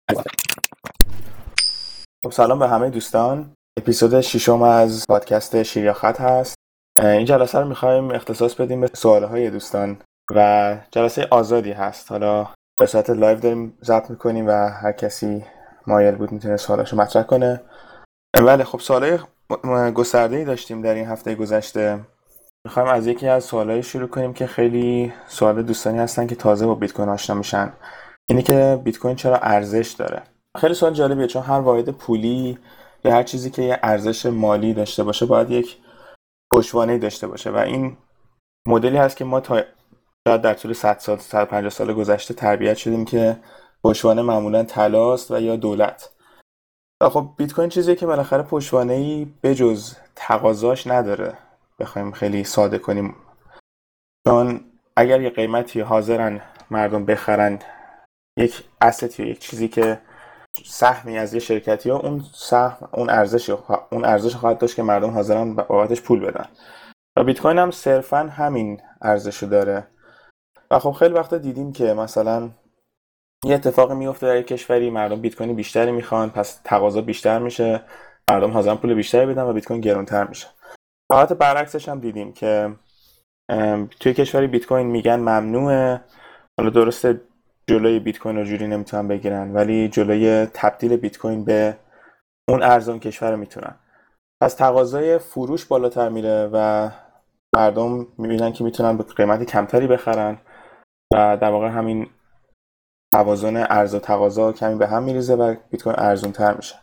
خب سلام به همه دوستان. اپیزود 6 از پادکست شیر یا خط هست. این جلسه رو می‌خوایم اختصاص بدیم به سوال‌های دوستان و جلسه آزادی هست. حالا به صورت لایو داریم ضبط می‌کنیم و هر کسی مایل بود میتونه سوالاشو مطرح کنه. ولی خب سوالای گسترده‌ای داشتیم در این هفته گذشته. می‌خوایم از یکی از سوالایی شروع کنیم که خیلی سوال دوستانی هستن که تازه با بیت کوین آشنا میشن. اینه که بیت کوین چرا ارزش داره؟ خیلی سوال جالبیه، چون هر واحد پولی یا هر چیزی که یه ارزش مالی داشته باشه باید یک پشتوانه‌ای داشته باشه و این مدلی هست که ما تا شاید در طول 100 سال 150 سال گذشته تربیت شدیم که پشتوانه معمولا طلاست و یا دولت. و خب بیت کوین چیزیه که بالاخره پشتوانه‌ای بجز تقاضاش نداره، بخوایم خیلی ساده کنیم. چون اگر یه قیمتی حاضرن مردم بخرن یک استی یا یک چیزی که سهمی از یه شرکتی ها، اون سهم اون ارزش خواهد داشت که مردم حاضرن بابتش پول بدن و بیت کوین هم صرفا همین ارزشو داره. و خب خیلی وقتا دیدیم که مثلا یه اتفاقی میفته در یک کشوری، مردم بیت کوین بیشتری میخوان، پس تقاضا بیشتر میشه، مردم حاضرن پول بیشتری بدن و بیت کوین گرونتر میشه. حالت برعکسش هم دیدیم که توی کشوری بیت کوین میگن ممنوعه. حالا درسته جلوی بیت کوین رو جوری نمیتونن بگیرن، ولی جلوی تبدیل بیت کوین به اون ارزان کشور رو میتونن. پس تقاضای فروش بالاتر میره و مردم میبینن که میتونن به قیمت کمتری بخرن و در واقع همین توازن عرضه و تقاضا کمی به هم میریزه و بیت کوین ارزون تر میشه.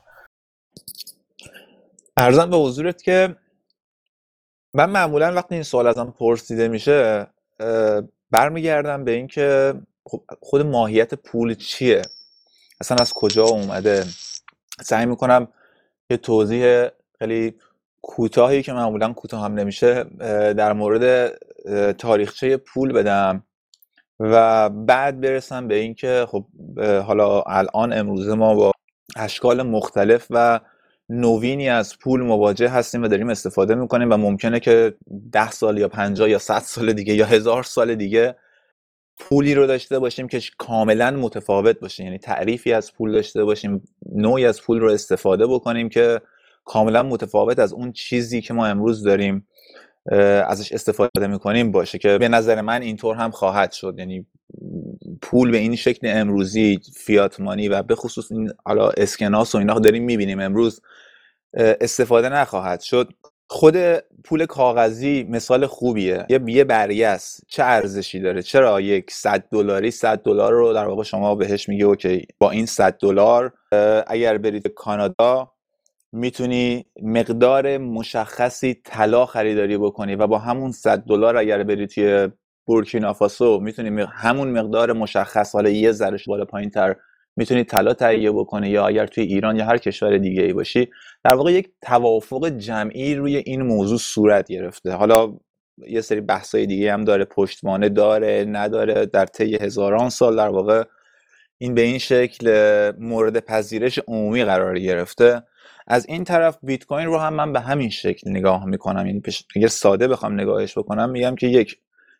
عرضم به حضورت که من معمولا وقتی این سوال ازم پرسیده میشه برمیگردم به این که خود ماهیت پول چیه، اصلا از کجا اومده. سعی میکنم یه توضیح خیلی کوتاهی که معمولا کوتاه هم نمیشه در مورد تاریخچه پول بدم و بعد برسم به این که خب حالا الان امروزه ما با اشکال مختلف و نوینی از پول مواجه هستیم و داریم استفاده میکنیم و ممکنه که 10 سال یا 50 یا 100 سال دیگه یا 1000 سال دیگه پولی رو داشته باشیم که کاملا متفاوت باشه، یعنی تعریفی از پول داشته باشیم، نوعی از پول رو استفاده بکنیم که کاملا متفاوت از اون چیزی که ما امروز داریم ازش استفاده میکنیم باشه، که به نظر من اینطور هم خواهد شد. یعنی پول به این شکل امروزی، فیات مانی و به خصوص این حالا اسکناس و اینا داریم میبینیم امروز، استفاده نخواهد شد. خود پول کاغذی مثال خوبیه. یه بریه است، چه ارزشی داره؟ چرا یک $100 رو در واقع شما بهش میگه اوکی با این $100 اگر برید کانادا میتونی مقدار مشخصی طلا خریداری بکنی و با همون $100 اگر بری توی بورکینافاسو میتونی همون مقدار مشخص، حالا یه ذرهش بالا پایین‌تر، میتونی طلا تهیه بکنی. یا اگر توی ایران یا هر کشور دیگه ای باشی، در واقع یک توافق جمعی روی این موضوع صورت گرفته. حالا یه سری بحثای دیگه هم داره، پشتوانه داره نداره، در طی هزاران سال در واقع این به این شکل مورد پذیرش عمومی قرار گرفته. از این طرف بیت کوین رو هم من به همین شکل نگاه میکنم. یعنی اگر ساده بخوام نگاهش بکنم میگم که یک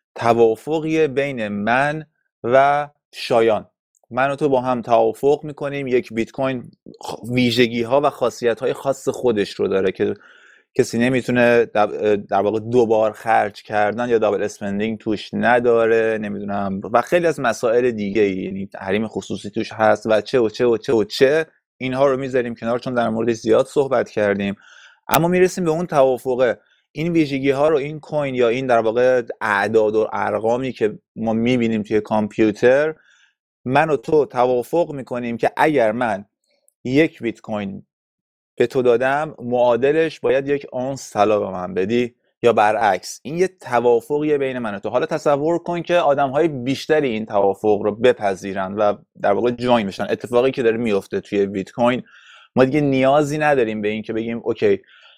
توافقی بین من و شایان، من و تو با هم توافق میکنیم. یک بیت کوین ویژگی ها و خاصیت های خاص خودش رو داره که کسی نمیتونه در واقع دوبار خرج کردن یا دابل اسپندینگ توش نداره، نمیدونم، و خیلی از مسائل دیگه، یعنی تحریم خصوصی توش هست و چه و چه و چه و چه. اینها رو میذاریم کنار چون در موردش زیاد صحبت کردیم. اما میرسیم به اون توافقه. این ویژگی ها رو این کوین یا این در واقع اعداد و ارقامی که ما میبینیم توی کامپیوتر، من و تو توافق میکنیم که اگر من یک بیت کوین به تو دادم، معادلش باید یک اونس طلا به من بدی یا برعکس. این یه توافقیه بین من و تو. حالا تصور کن که آدم‌های بیشتری این توافق رو بپذیرن و در واقع جوین بشن. اتفاقی که داره میفته توی بیت کوین، ما دیگه نیازی نداریم به این که بگیم اوکی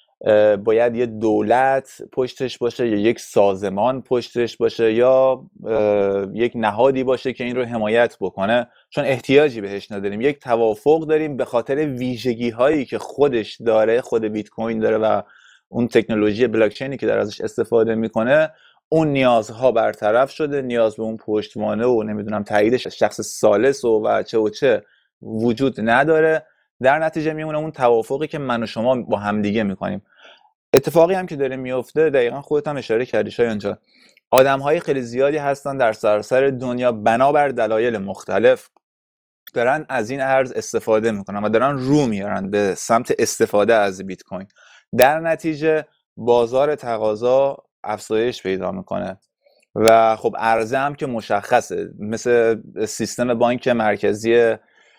باید یه دولت پشتش باشه یا یک سازمان پشتش باشه یا یک نهادی باشه که این رو حمایت بکنه، چون احتیاجی بهش نداریم. یک توافق داریم به خاطر ویژگی هایی که خودش داره، خود بیت کوین داره و اون تکنولوژی بلاکچینی که در ازش استفاده میکنه، اون نیازها برطرف شده. نیاز به اون پشتوانه و نمیدونم تایید شخص ثالث و چه و چه وجود نداره. در نتیجه میمونه اون توافقی که من و شما با همدیگه میکنیم. اتفاقی هم که داره میفته، دقیقا خودت هم اشاره کردی شایان، آدم‌های خیلی زیادی هستن در سراسر دنیا بنابر دلایل مختلف دارن از این ارز استفاده میکنن و دارن رو میارن به سمت استفاده از بیت کوین. در نتیجه بازار تقاضا افزایش پیدا میکنه و خب عرضه هم که مشخصه، مثل سیستم بانک مرکزی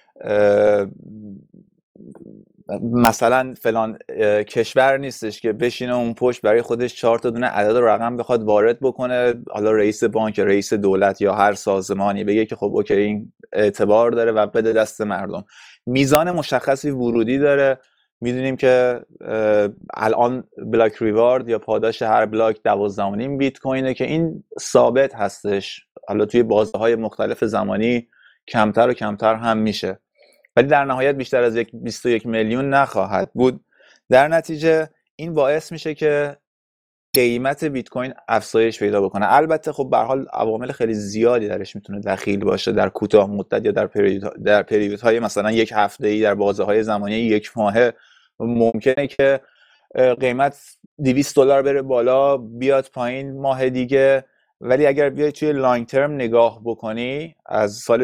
مثلا فلان کشور نیستش که بشینه اون پشت برای خودش 4 تا دونه عدد رقم بخواد وارد بکنه، حالا رئیس بانک، رئیس دولت یا هر سازمانی بگه که خب اوکی این اعتبار داره و بده دست مردم. میزان مشخصی ورودی داره. میدونیم که الان بلاک ریوارد یا پاداش هر بلاک 12.5 بیت کوینه که این ثابت هستش، حالا توی بازه‌های مختلف زمانی کمتر و کمتر هم میشه، ولی در نهایت بیشتر از 21 میلیون نخواهد بود. در نتیجه این باعث میشه که قیمت بیت کوین افزایش پیدا بکنه. البته خب به هر حال عوامل خیلی زیادی درش میتونه دخیل باشه، در کوتاه مدت یا در پریودهای مثلا یک هفته‌ای، در بازه‌های زمانی یک ماهه ممکنه که قیمت $200 بره بالا بیاد پایین ماه دیگه، ولی اگر بیای توی لانگ ترم نگاه بکنی، از سال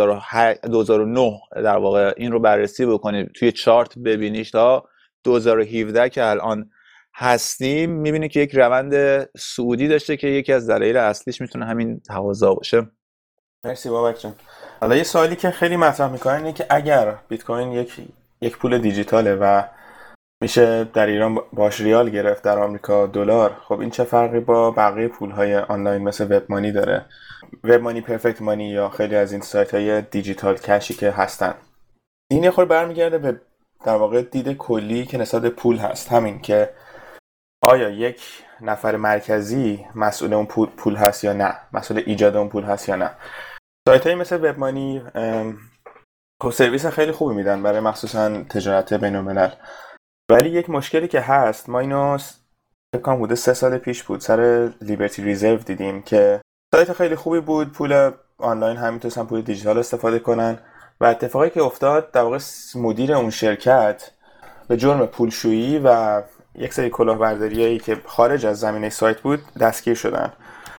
2009 در واقع این رو بررسی بکنی، توی چارت ببینیش تا 2017 که الان هستیم، میبینی که یک روند صعودی داشته که یکی از دلایل اصلیش میتونه همین تقاضا باشه. مرسی بابک جان. حالا یه سوالی که خیلی مطرح میکنن اینه که اگر بیت کوین یک پول دیجیتاله و میشه در ایران باش ریال گرفت، در آمریکا دلار، خب این چه فرقی با بقیه پول‌های آنلاین مثل وب مانی داره؟ وب مانی، پرفکت مانی یا خیلی از این سایت‌های دیجیتال کشی که هستن. این یه خورده برمیگرده به در واقع دید کلی که نسبت پول هست، همین که آیا یک نفر مرکزی مسئول اون پول هست یا نه، مسئول ایجاد اون پول هست یا نه. سایت‌های مثل وب مانی خب سرویس خیلی خوبی میدن برای مخصوصا تجارت بین‌الملل، ولی یک مشکلی که هست، ما اینو فکر کنم حدود 3 سال پیش بود سر لیبرتی ریزرو دیدیم که سایت خیلی خوبی بود، پول آنلاین هم میتونستن پول دیجیتال استفاده کنن و اتفاقی که افتاد در واقع مدیر اون شرکت به جرم پولشویی و یک سری کلاهبرداریایی که خارج از زمینه سایت بود دستگیر شدن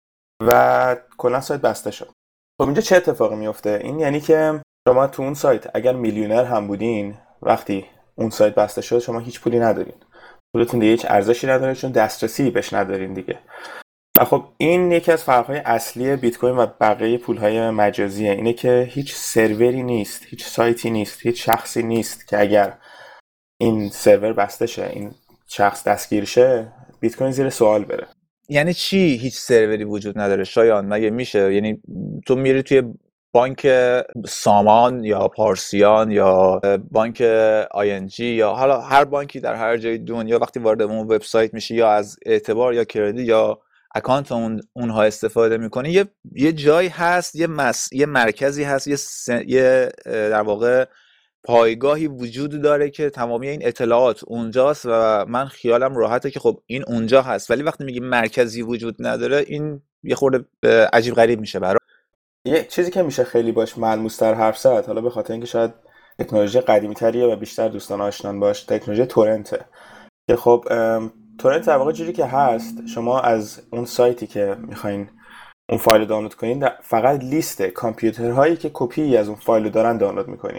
و کلا سایت بسته شد. خب اینجا چه اتفاقی میفته؟ این یعنی که شما تو اون سایت اگر میلیونر هم بودین، وقتی اون سایت بسته شد شما هیچ پولی ندارین، پولتون دیگه هیچ ارزشی نداره چون دسترسی بهش ندارین دیگه. و خب این یکی از فرق‌های اصلی بیت کوین و بقیه پول‌های مجازیه، اینه که هیچ سروری نیست، هیچ سایتی نیست، هیچ شخصی نیست که اگر این سرور بسته شه، این شخص دستگیر شه، بیت کوین زیر سوال بره. یعنی چی هیچ سروری وجود نداره شایان؟ مگه میشه؟ یعنی تو میری توی بانک سامان یا پارسیان یا بانک ING یا حالا هر بانکی در هر جای دنیا، وقتی وارد اون وبسایت میشی یا از اعتبار یا کردیت یا اکانت اونها استفاده میکنی، یه جایی هست، یه مرکزی هست، یه در واقع پایگاهی وجود داره که تمامی این اطلاعات اونجاست و من خیالم راحته که خب این اونجا هست. ولی وقتی میگی مرکزی وجود نداره، این یه خورده عجیب غریب میشه برام. یه چیزی که میشه خیلی باش ملموس‌تر حرف زد، حالا به خاطر اینکه شاید تکنولوژی قدیمی‌تریه و بیشتر دوستان آشنان باش، تکنولوژی تورنته که خب تورنت در واقع جوری که هست، شما از اون سایتی که میخواین اون فایل رو دانلود کنین فقط لیست کامپیوترهایی که کپی از اون فایل رو دارن دانلود میکنین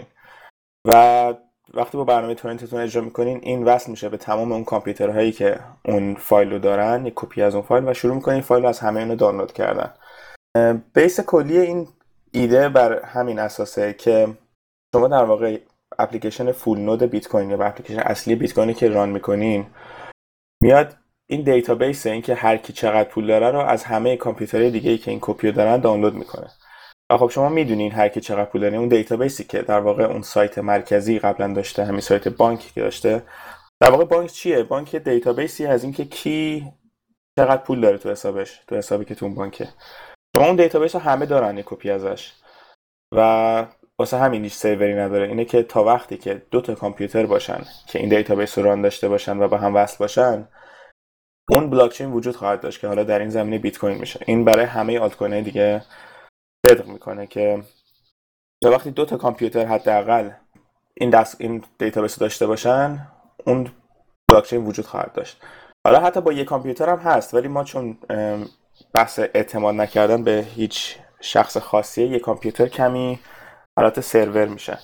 و وقتی با برنامه تورنتتون اجرا میکنین این وصل میشه به تمام اون کامپیوترهایی که اون فایل رو دارن، یک کپی از اون فایل، و شروع میکنین فایل رو از همه اونو دانلود کردن. بیس کلی این ایده بر همین اساسه که شما در واقع اپلیکیشن فول نود بیت کوین یا اپلیکیشن اصلی بیت کوینی که ران میکنین میاد این دیتابیس، این که هر کی چقدر پول داره رو از همه کامپیوترهای دیگه‌ای که این کپی رو دارن دانلود میکنه. و خب شما میدونین هر کی چقدر پول داره، اون دیتابیسی که در واقع اون سایت مرکزی قبلا داشته، همین سایت بانکی که داشته، در واقع بانک چیه؟ بانک دیتابیسی از این که کی چقدر پول داره تو حسابش، تو حسابی که تو اون بانکه. شما اون دیتابیس رو همه دارن، یک کپی ازش، و واسه همین هیچ سروری نداره. اینه که تا وقتی که 2 تا کامپیوتر باشن که این دیتابیس رو ران داشته باشن و با هم وصل باشن، اون بلاکچین وجود خواهد داشت که حالا در این زمینه بیت کوین میشه. این برای همه آلت کوین‌های دیگه صدق میکنه که یا وقتی 2 تا کامپیوتر حداقل این دیتابیس رو داشته باشن، اون بلاکچین وجود خواهد داشت. حالا حتی با یک کامپیوتر هم هست، ولی ما چون بحث اعتماد نکردن به هیچ شخص خاصیه، یک کامپیوتر کمی حالت سرور میشه.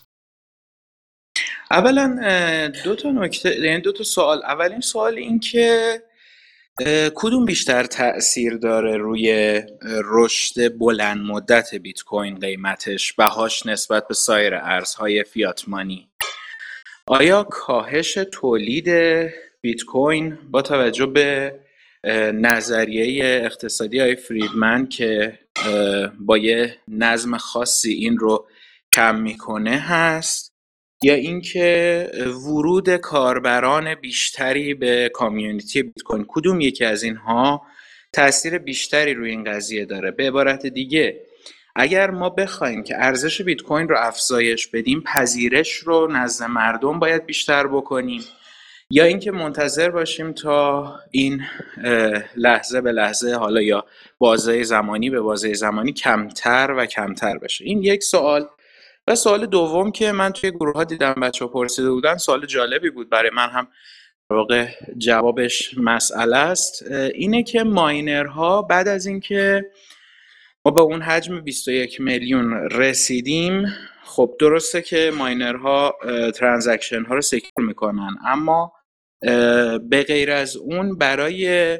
اولا دو تا نکته، یعنی دو تا سوال. اولین سوال این که کدوم بیشتر تأثیر داره روی رشد بلند مدت بیت کوین، قیمتش، بهاش نسبت به سایر ارزهای فیات مانی؟ آیا کاهش تولید بیت کوین با توجه به نظریه اقتصادی های فریدمن که با یه نظم خاصی این رو کم میکنه هست، یا اینکه ورود کاربران بیشتری به کامیونیتی بیت کوین، کدوم یکی از اینها تاثیر بیشتری روی این قضیه داره؟ به عبارت دیگه، اگر ما بخوایم که ارزش بیت کوین رو افزایش بدیم، پذیرش رو نزد مردم باید بیشتر بکنیم، یا اینکه منتظر باشیم تا این لحظه به لحظه، حالا یا بازه زمانی به بازه زمانی، کمتر و کمتر بشه؟ این یک سوال. و سوال دوم که من توی گروه ها دیدم بچه‌ها پرسیده بودن، سوال جالبی بود برای من هم، در واقع جوابش مسئله است، اینه که ماینرها بعد از اینکه ما به اون حجم 21 میلیون رسیدیم، خب درسته که ماینرها ترانزکشن ها رو سکیور میکنن، اما به غیر از اون برای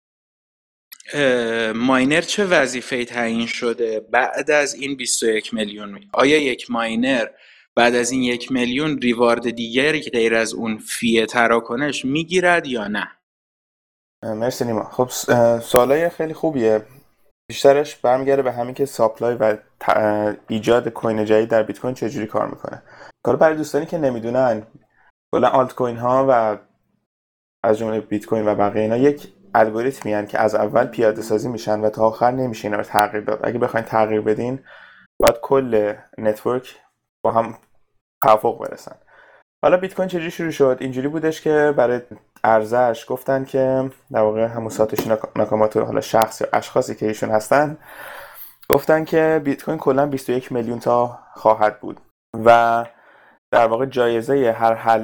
ماینر چه وظیفه‌ای تعیین شده بعد از این 21 میلیون؟ آیا یک ماینر بعد از این 1 میلیون ریوارد دیگری غیر از اون فی تراکنش میگیرد یا نه؟ مرسی نیما. خب سوالای خیلی خوبیه. بیشترش برمیگرده به همین که ساپلای و ایجاد کوین جدید در بیت کوین چجوری کار میکنه. حالا برای دوستانی که نمیدونن، کلا آلت کوین ها و از جمله بیت کوین و بقیه اینا یک الگوریتمی هستن که از اول پیاده سازی میشن و تا آخر نمیشه اینا رو تغییر داد. اگه بخواید تغییر بدین، باید کل نتورک با هم توافق برسن. حالا بیت کوین چجوری شروع شد؟ اینجوری بودش که برای ارزش گفتن که در واقع همون ساتوشی ناکاموتو، حالا شخص یا اشخاصی که ایشون هستن، گفتن که بیت کوین کلا 21 میلیون تا خواهد بود و در واقع جایزه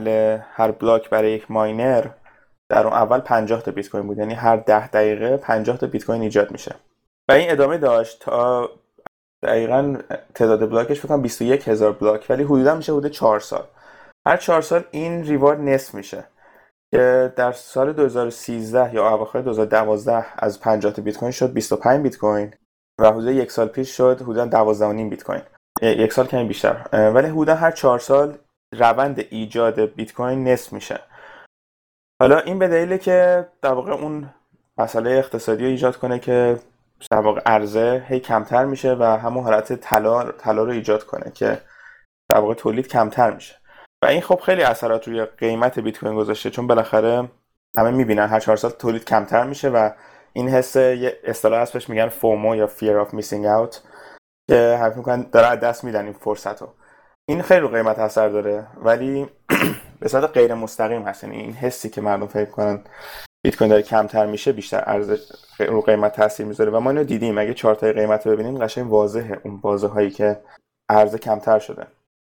هر بلاک برای یک ماینر در اون اول 50 تا بیت کوین بود، یعنی هر 10 دقیقه 50 تا بیت کوین ایجاد میشه و این ادامه داشت تا دقیقاً تعداد بلاکش فکر کنم 21000 بلاک، ولی حدودا میشه حدود 4 سال. هر 4 سال این ریوارد نصف میشه که در سال 2013 یا اواخر 2012 از 50 تا بیت کوین شد 25 بیت کوین و حدود یک سال پیش شد حدودا 12.5 بیت کوین. یک سال کمی بیشتر، ولی حدودا هر 4 سال روند ایجاد بیت کوین نصف میشه. حالا این به دلیله که در واقع اون مسئله اقتصادی رو ایجاد کنه که در واقع عرضه هی کمتر میشه و همون حالت طلا رو ایجاد کنه که در واقع تولید کمتر میشه و این خب خیلی اثرات روی قیمت بیت کوین گذاشته، چون بالاخره همه میبینن هر 4 سال تولید کمتر میشه و این حس، یه اصطلاح هست بهش میگن فومو یا fear of missing out، که حرف میکنن داره از دست میدن این فرصتو. این خیلی رو قیمت اثر داره، ولی به صورت غیر مستقیم هست. یعنی این حسی که مردم فکر کنن بیت کوین داره کمتر میشه بیشتر ارزش رو قیمت تاثیر میذاره و ما اینو دیدیم. اگه چارتای قیمت رو ببینیم قشنگ واضحه اون بازه هایی که ارزش کمتر شده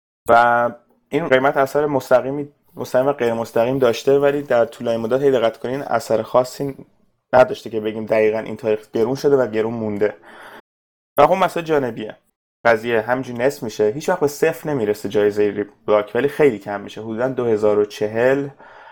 و این قیمت اثر مستقیم و غیر مستقیم داشته، ولی در طولانی مدت هی دقت کنین اثر خاصی نداشته که بگیم دقیقاً این تاریخ گرون شده و گرون مونده. و خب مسئله جانبیه، قضیه همینجوری نصف میشه، هیچ وقت به صفر نمیرسه جایزه بلاک، ولی خیلی کم میشه. حدوداً 2040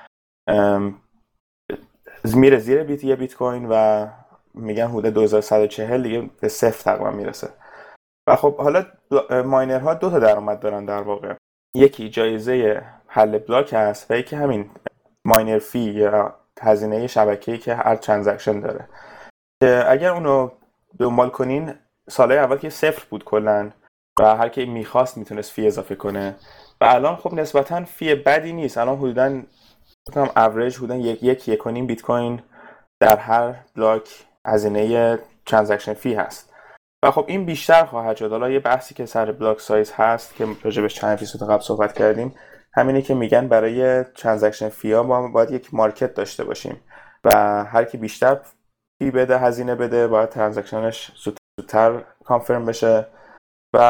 میره زیر بیت کوین و میگن حدود 2140 دیگه به صفر تقریبا میرسه. و خب حالا ماینرها 2 تا درآمد دارن در واقع، یکی جایزه حل بلاک هست و یکی همین ماینر فی یا هزینه شبکه‌ای که هر ترانزکشن داره، که اگر اونو دنبال کنین سالهای اول که صفر بود کلا و هر کی میخواست میتونست فی اضافه کنه و الان خب نسبتاً فی بدی نیست. الان حدوداً فکر اوریج حدوداً 1.5 بیت کوین در هر بلاک هزینه ترانزکشن فی هست و خب این بیشتر خواهد شد. حالا یه بحثی که سر بلاک سایز هست که راجبش چند اپیزود قبل صحبت کردیم، همینه که میگن برای ترانزکشن فی ها ما باید یک مارکت داشته باشیم و هر کی بیشتر فی بده، هزینه بده، باید ترانزکشنش زودتر کانفرم بشه و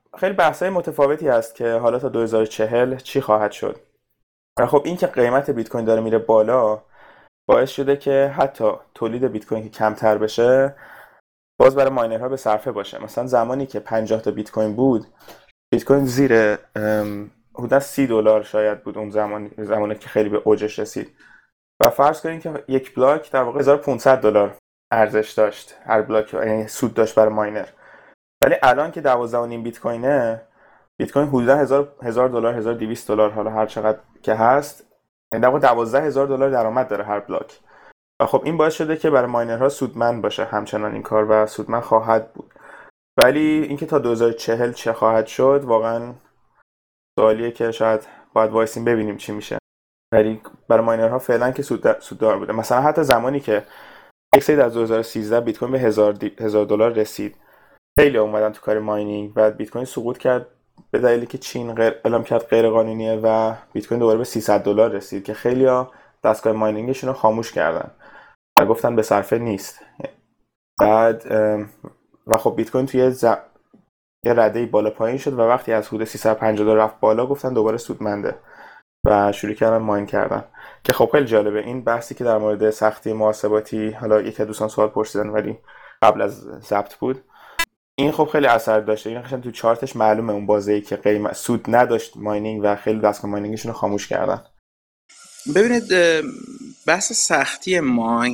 خیلی بحث‌های متفاوتی هست که حالا تا 2040 چی خواهد شد. و خب این که قیمت بیت کوین داره میره بالا باعث شده که حتی تولید بیت کوین که کمتر بشه باز برای ماینرها به صرفه باشه. مثلا زمانی که 50 تا بیت کوین بود، بیت کوین زیر حدود $30 شاید بود اون زمانی که خیلی به اوجش رسید. و فرض کنید که یک بلاک در واقع $1500 ارزش داشت، هر بلاک، یعنی سود داشت برای ماینر. ولی الان که 12.5 بیت کوینه، بیت کوین حدود $1000 $1200 حالا هر چقدر که هست، یعنی در واقع $12000 درآمد داره هر بلاک. و خب این باعث شده که برای ماینرها سودمند باشه همچنان این کار و سودمند خواهد بود. ولی اینکه تا 2040 چه خواهد شد واقعا سوالیه که شاید باید وایسیم ببینیم چی میشه. ولی برای ماینرها فعلا که سوددار بوده. مثلا حتی زمانی که یک سری از 2013 بیت کوین به $1000 رسید، خیلی اومدن تو کار ماینینگ و بیت کوین سقوط کرد به دلیلی که چین اعلام کرد غیر قانونیه و بیت کوین دوباره به $300 رسید که خیلیا دستگاه ماینینگشون رو خاموش کردن و گفتن به صرفه نیست. بعد و خب بیت کوین توی یه رده بالا پایین شد و وقتی از حدود $350 رفت بالا گفتن دوباره سودمنده و شروع کردن ماین کردن. که خب خیلی جالبه این بحثی که در مورد سختی محاسباتی، حالا یکی از دوستان سوال پرسیدن ولی قبل از ضبط بود، این خب خیلی اثر داشته. این قشنگ تو چارتش معلومه اون بازه‌ای که قیمت سود نداشت ماینینگ و خیلی دستگاه ماینینگشون رو خاموش کردن. ببینید بحث سختی ماین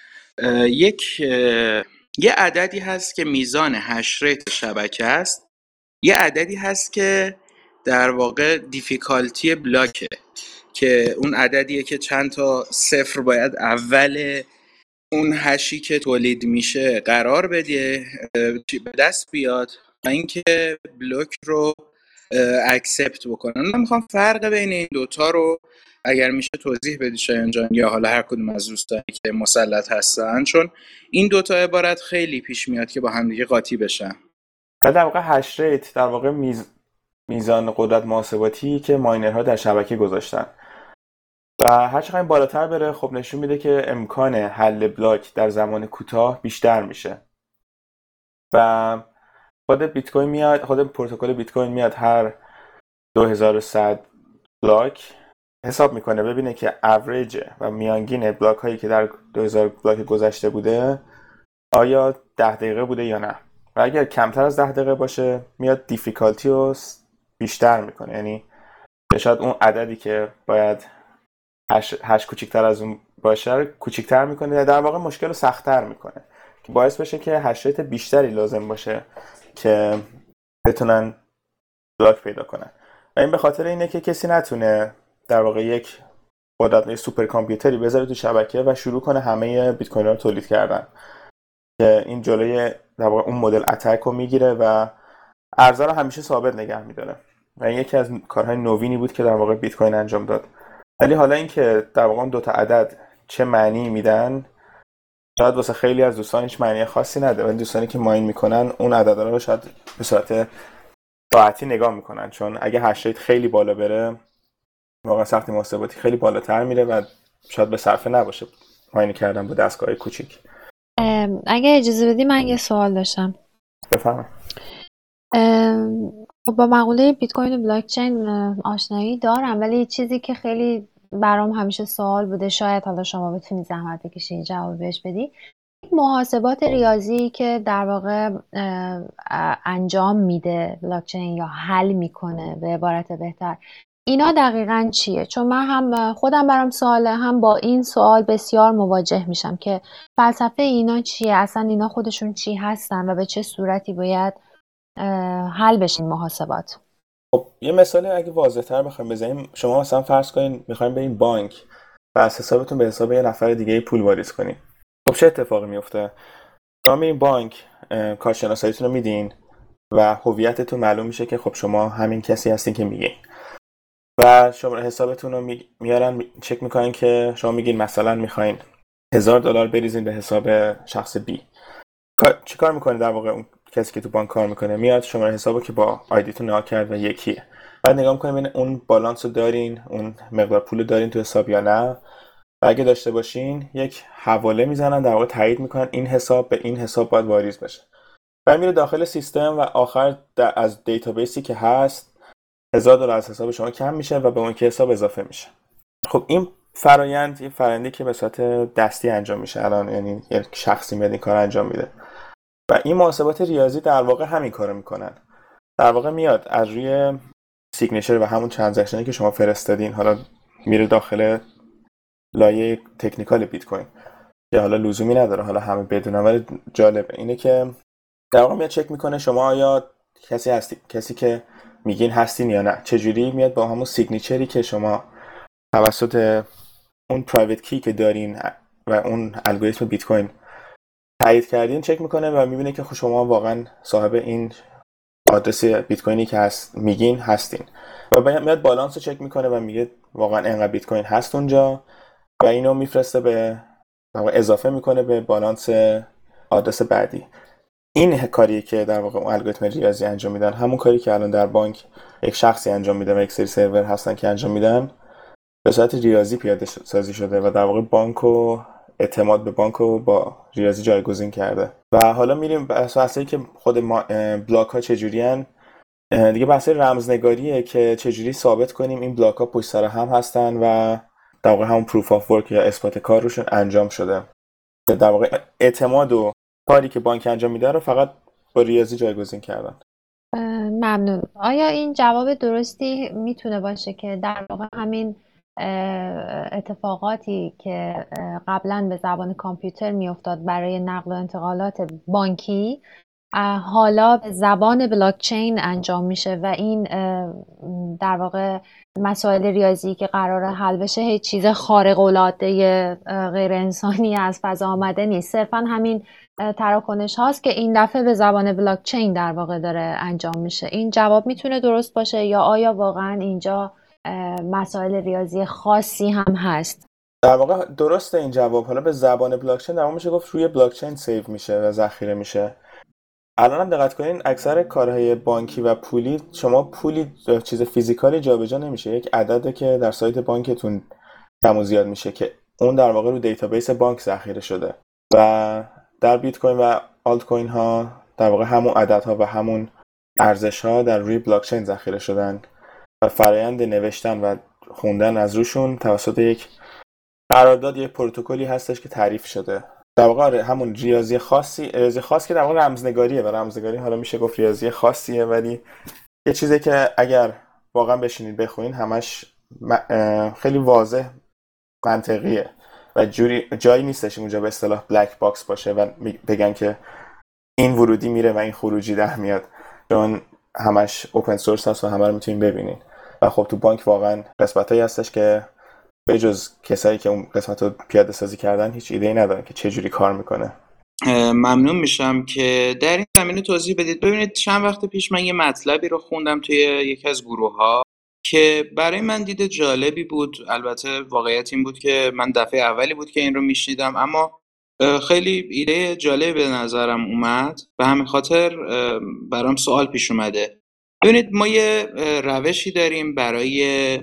یه عددی هست که میزان هش ریت شبکه است، یه عددی هست که در واقع دیفیکالتی بلاکه که اون عددیه که چند تا صفر باید اول اون هشی که تولید میشه قرار بده به دست بیاد و اینکه بلاک رو اکسپت بکنن. من میخوام فرق بین این دوتا رو اگر میشه توضیح بدی شایان جان، یا حالا هر کدوم از دوستانی که مسلط هستن، چون این دوتا عبارت خیلی پیش میاد که با هم دیگه قاطی بشن. در واقع هش ریت در واقع میزان قدرت محاسباتی که ماینرها در شبکه گذاشتن و هر چقدر بالاتر بره خب نشون میده که امکان حل بلاک در زمان کوتاه بیشتر میشه. و خود پروتکل بیت کوین میاد هر 2100 بلاک حساب میکنه ببینه که اوریج و میانگین بلاک هایی که در 2000 بلاک گذشته بوده آیا 10 دقیقه بوده یا نه. و اگر کمتر از 10 دقیقه باشه میاد دیفیکالتی رو بیشتر میکنه، یعنی شاید اون عددی که باید هش کوچیکتر از اون باشه کوچیکتر میکنه، در واقع مشکل رو سخت‌تر میکنه که باعث بشه که هش ریت بیشتری لازم باشه که بتونن بلاک پیدا کنن. و این به خاطر اینه که کسی نتونه در واقع یک قدرت سوپر کامپیوتری بذاره تو شبکه و شروع کنه همه بیت کوین رو تولید کردن که این جلوی در واقع اون مدل اتک رو میگیره و ارزش رو همیشه ثابت نگه میداره. و این یکی از کارهای نوینی بود که در واقع بیت کوین انجام داد. ولی حالا اینکه در واقع اون دو تا عدد چه معنی میدن شاید واسه خیلی از دوستان هیچ معنی خاصی نداره، ولی دوستانی که ماین میکنن اون عددا رو شاید به صورت راحتی نگاه میکنن، چون اگه هش ریت خیلی بالا بره واقعا سختی محاسباتی خیلی بالاتر میره و شاید به صرفه نباشه ماین کردن با دستگاه کوچیک. اگه اجازه بدی من یه سوال داشتم. بفرمایید. با مقوله بیت کوین و بلاک چین آشنایی دارم، ولی چیزی که خیلی برام همیشه سوال بوده، شاید حالا شما بتونی زحمت بکشی جواب بهش بدی، محاسبات ریاضی که در واقع انجام میده بلاک چین یا حل میکنه به عبارت بهتر، اینا دقیقاً چیه؟ چون من هم خودم برام سواله، هم با این سوال بسیار مواجه میشم که فلسفه اینا چیه، اصلا اینا خودشون چی هستن و به چه صورتی باید حل بشین محاسبات. خب یه مثالی اگه واضح‌تر بخوایم بزنیم، شما مثلا فرض کنین میخوایم بریم بانک و از حسابتون به حساب یه نفر دیگه پول واریز کنین. خب چه اتفاقی میفته؟ شما میرین بانک، کارشناساییتون رو میدین و هویتتون معلوم میشه که خب شما همین کسی هستین که میگین و شماره حسابتون رو میارن چک میکنن که شما میگین مثلا میخواین $1000 بریزین به حساب شخص B. چی کار میکنه در واقع اون کسی که تو بانک کار میکنه؟ میاد شماره حسابو که با آیدیتون نگاه کرد و یکیه، بعد نگاه میکنه ببینه اون بالانس رو دارین، اون مقدار پول رو دارین تو حساب یا نه، و اگه داشته باشین یک حواله میزنن در واقع تایید میکنن این حساب به این حساب باید واریز بشه. و میره داخل سیستم و آخر از دیتابیسی که هست $1000 از حساب شما کم میشه و به اون که حساب اضافه میشه. خب این فرایند یه فرآیندی که به صورت دستی انجام میشه الان، یعنی یک شخصی میاد این کار انجام میده و این محاسبات ریاضی در واقع همین کارو میکنن. در واقع میاد از روی سیگنچر و همون ترانزکشنی که شما فرستادین حالا میره داخل لایه تکنیکال بیت کوین که حالا لزومی نداره حالا همه بدونن، ولی جالبه اینه که در واقع میاد چک میکنه شما آیا کسی که میگین هستین یا نه. چجوری میاد با همون سیگنچری که شما توسط اون پرایوت کی که دارین و اون الگوریتم بیت کوین تایید کردین چک میکنه و میبینه که شما واقعا صاحب این آدرس بیت کوینی که میگین هستین و میاد بالانس رو چک میکنه و میگه واقعا اینقدر بیت کوین هست اونجا و اینو میفرسته به اضافه میکنه به بالانس آدرس بعدی. این کاریه که در واقع اون الگوریتم ریاضی انجام میدن، همون کاری که الان در بانک یک شخصی انجام میده و یک سری سرور هستن که انجام میدن، به صورت ریاضی پیاده سازی شده و در واقع بانکو اعتماد به بانکو با ریاضی جایگزین کرده. و حالا میریم بحثایی که خود بلاک ها چجوریان. دیگه بحث رمزنگاریه که چجوری ثابت کنیم این بلاک ها پشت سر هم هستن و در واقع همون پروف آف ورک یا اثبات کار روشون انجام شده. در واقع اعتماد و کاری که بانک انجام میده رو فقط با ریاضی جایگزین کردن. ممنون. آیا این جواب درستی میتونه باشه که در واقع همین اتفاقاتی که قبلا به زبان کامپیوتر میافتاد برای نقل و انتقالات بانکی حالا به زبان بلاکچین انجام میشه و این در واقع مسائل ریاضی که قراره حل بشه هیچ چیز خارق العاده غیر انسانی از فضا آمده نیست، صرفا همین تراکنش هاست که این دفعه به زبان بلاکچین در واقع داره انجام میشه. این جواب میتونه درست باشه یا آیا واقعا اینجا مسائل ریاضی خاصی هم هست؟ در واقع درسته این جواب. حالا به زبان بلاکچین در واقع میشه گفت روی بلاکچین سیو میشه و ذخیره میشه. الان هم دقت کنین اکثر کارهای بانکی و پولی شما پولی چیز فیزیکالی جابجا نمیشه، یک عدده که در سایت بانکتون کم و زیاد میشه که اون در واقع رو دیتابیس بانک ذخیره شده و در بیت کوین و آلت کوین ها در واقع همون عددها و همون ارزش ها در روی بلاکچین ذخیره شدن و فرآیند نوشتن و خوندن از روشون توسط یک قرارداد، یک پروتکلی هستش که تعریف شده. در واقع همون ریاضی خاص که در واقع رمزنگاریه و رمزنگاری حالا میشه گفت ریاضی خاصیه، ولی یه چیزی که اگر واقعا بشینید بخونید همش خیلی واضح منطقیه و جایی نیستش اونجا به اصطلاح بلک باکس باشه و بگن که این ورودی میره و این خروجی در میاد، چون همش اوپن سورس هست و همه رو میتونید ببینید. و خب تو بانک واقعا قسمتایی هستش که به جز کسایی که اون قسمت رو پیاده سازی کردن هیچ ایده‌ای ندارن که چه جوری کار میکنه. ممنون میشم که در این زمینه توضیح بدید. ببینید چند وقت پیش من یه مطلبی رو خوندم توی یکی از گروه‌ها که برای من دید جالبی بود. البته واقعیت این بود که من دفعه اولی بود که این رو میشنیدم، اما خیلی ایده جالبی به نظرم اومد و همین خاطر برام سوال پیش اومده. ببینید ما یه روشی داریم برای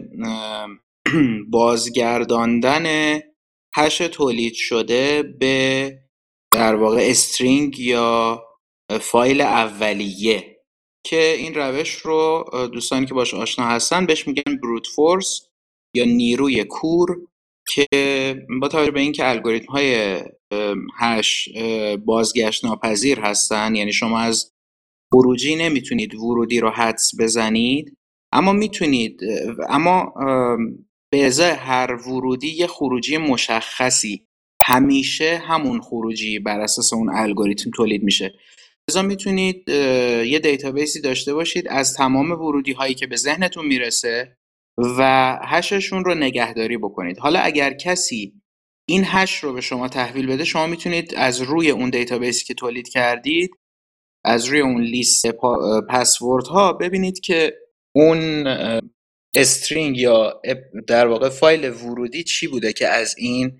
بازگرداندن هش تولید شده به در واقع استرینگ یا فایل اولیه که این روش رو دوستانی که باش آشنا هستن بهش میگن بروت فورس یا نیروی کور، که با توجه به اینکه الگوریتم های هش بازگشت ناپذیر هستن، یعنی شما از خروجی نمیتونید ورودی رو حدس بزنید، اما میتونید به ازای هر ورودی یه خروجی مشخصی همیشه همون خروجی بر اساس اون الگوریتم تولید میشه. لذا میتونید یه دیتابیسی داشته باشید از تمام ورودی هایی که به ذهنتون میرسه و هششون رو نگهداری بکنید. حالا اگر کسی این هش رو به شما تحویل بده، شما میتونید از روی اون دیتابیسی که تولید کردید، از روی اون لیست پسورد ها ببینید که اون استرینگ یا در واقع فایل ورودی چی بوده که از این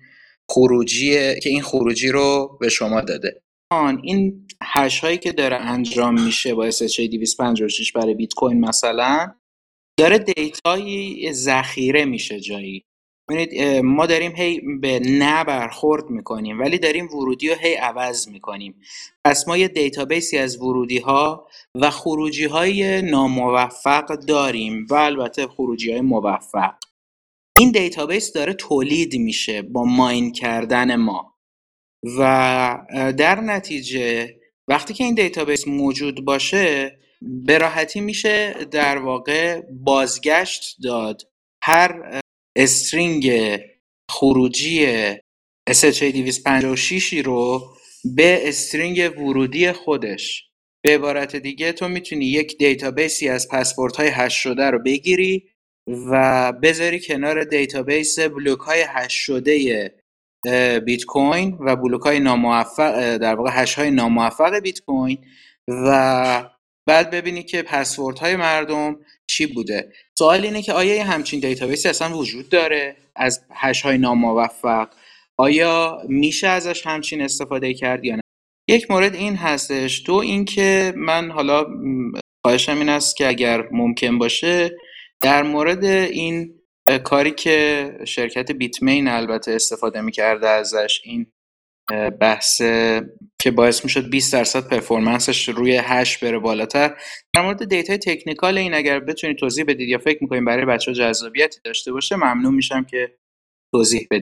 خروجی رو به شما داده. این هش هایی که داره انجام میشه با SHA-256 برای بیت کوین مثلا، داره دیتایی ذخیره میشه جایی ببینید ما داریم هی به نه برخورد میکنیم ولی داریم ورودی رو هی عوض میکنیم. پس ما یه دیتابیسی از ورودی ها و خروجی های ناموفق داریم و البته خروجی های موفق. این دیتابیس داره تولید میشه با ماین کردن ما و در نتیجه وقتی که این دیتابیس موجود باشه به راحتی میشه در واقع بازگشت داد هر استرینگ خروجی SHA-256 رو به استرینگ ورودی خودش. به عبارت دیگه تو میتونی یک دیتابیسی از پسوردهای هش شده رو بگیری و بذاری کنار دیتابیس بلوک های هش شده بیت کوین و بلوک های ناموفق، در واقع هش های ناموفق بیت کوین، و بعد ببینی که پسوردهای مردم چی بوده. سوال اینه که آیا همچین دیتابیسی اصلا وجود داره از هش های ناموفق؟ آیا میشه ازش همچین استفاده کرد یا نه؟ یک مورد این هستش. دو اینکه من حالا خواهشم این است که اگر ممکن باشه در مورد این کاری که شرکت بیتمین البته استفاده میکرده ازش، این بحث که باعث میشد 20% پرفورمنسش روی هش بره بالاتر، در مورد دیتای تکنیکال این اگر بتونید توضیح بدید یا فکر میکنید برای بچه‌ها جذابیتی داشته باشه ممنون میشم که توضیح بدید.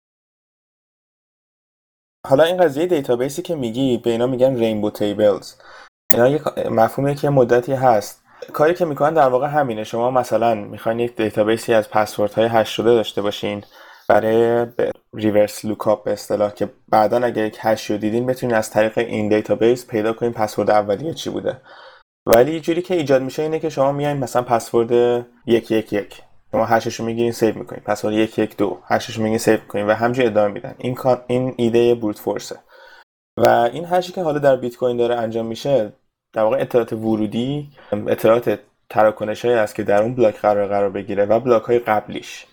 حالا این قضیه دیتابیسی که میگی به اینا میگن رینبو تیبلز. اینا یک مفهومی که مدتی هست. کاری که میکنن در واقع همینه. شما مثلا میخواین یک دیتابیسی از پسوردهای هش شده داشته باشین برای ریورس لوکاپ به اصطلاح، که بعداً اگه یک هش رو دیدین بتونین از طریق این دیتابیس پیدا کنین پسورد اولیه چی بوده. ولی جوری که ایجاد میشه اینه که شما میایین مثلا پسورد 111 شما هشش رو میگیرین سیو میکنین، پسورد 112 هشش رو میگیرین سیو میکنین و همینجوری ادامه میدن. این ایده بروت فورسه. و این هشی که حالا در بیت کوین داره انجام میشه در واقع اطلاعات ورودی، اطلاعات تراکنشایی است که در اون بلاک قرار بگیره و بلاک های قبلیش،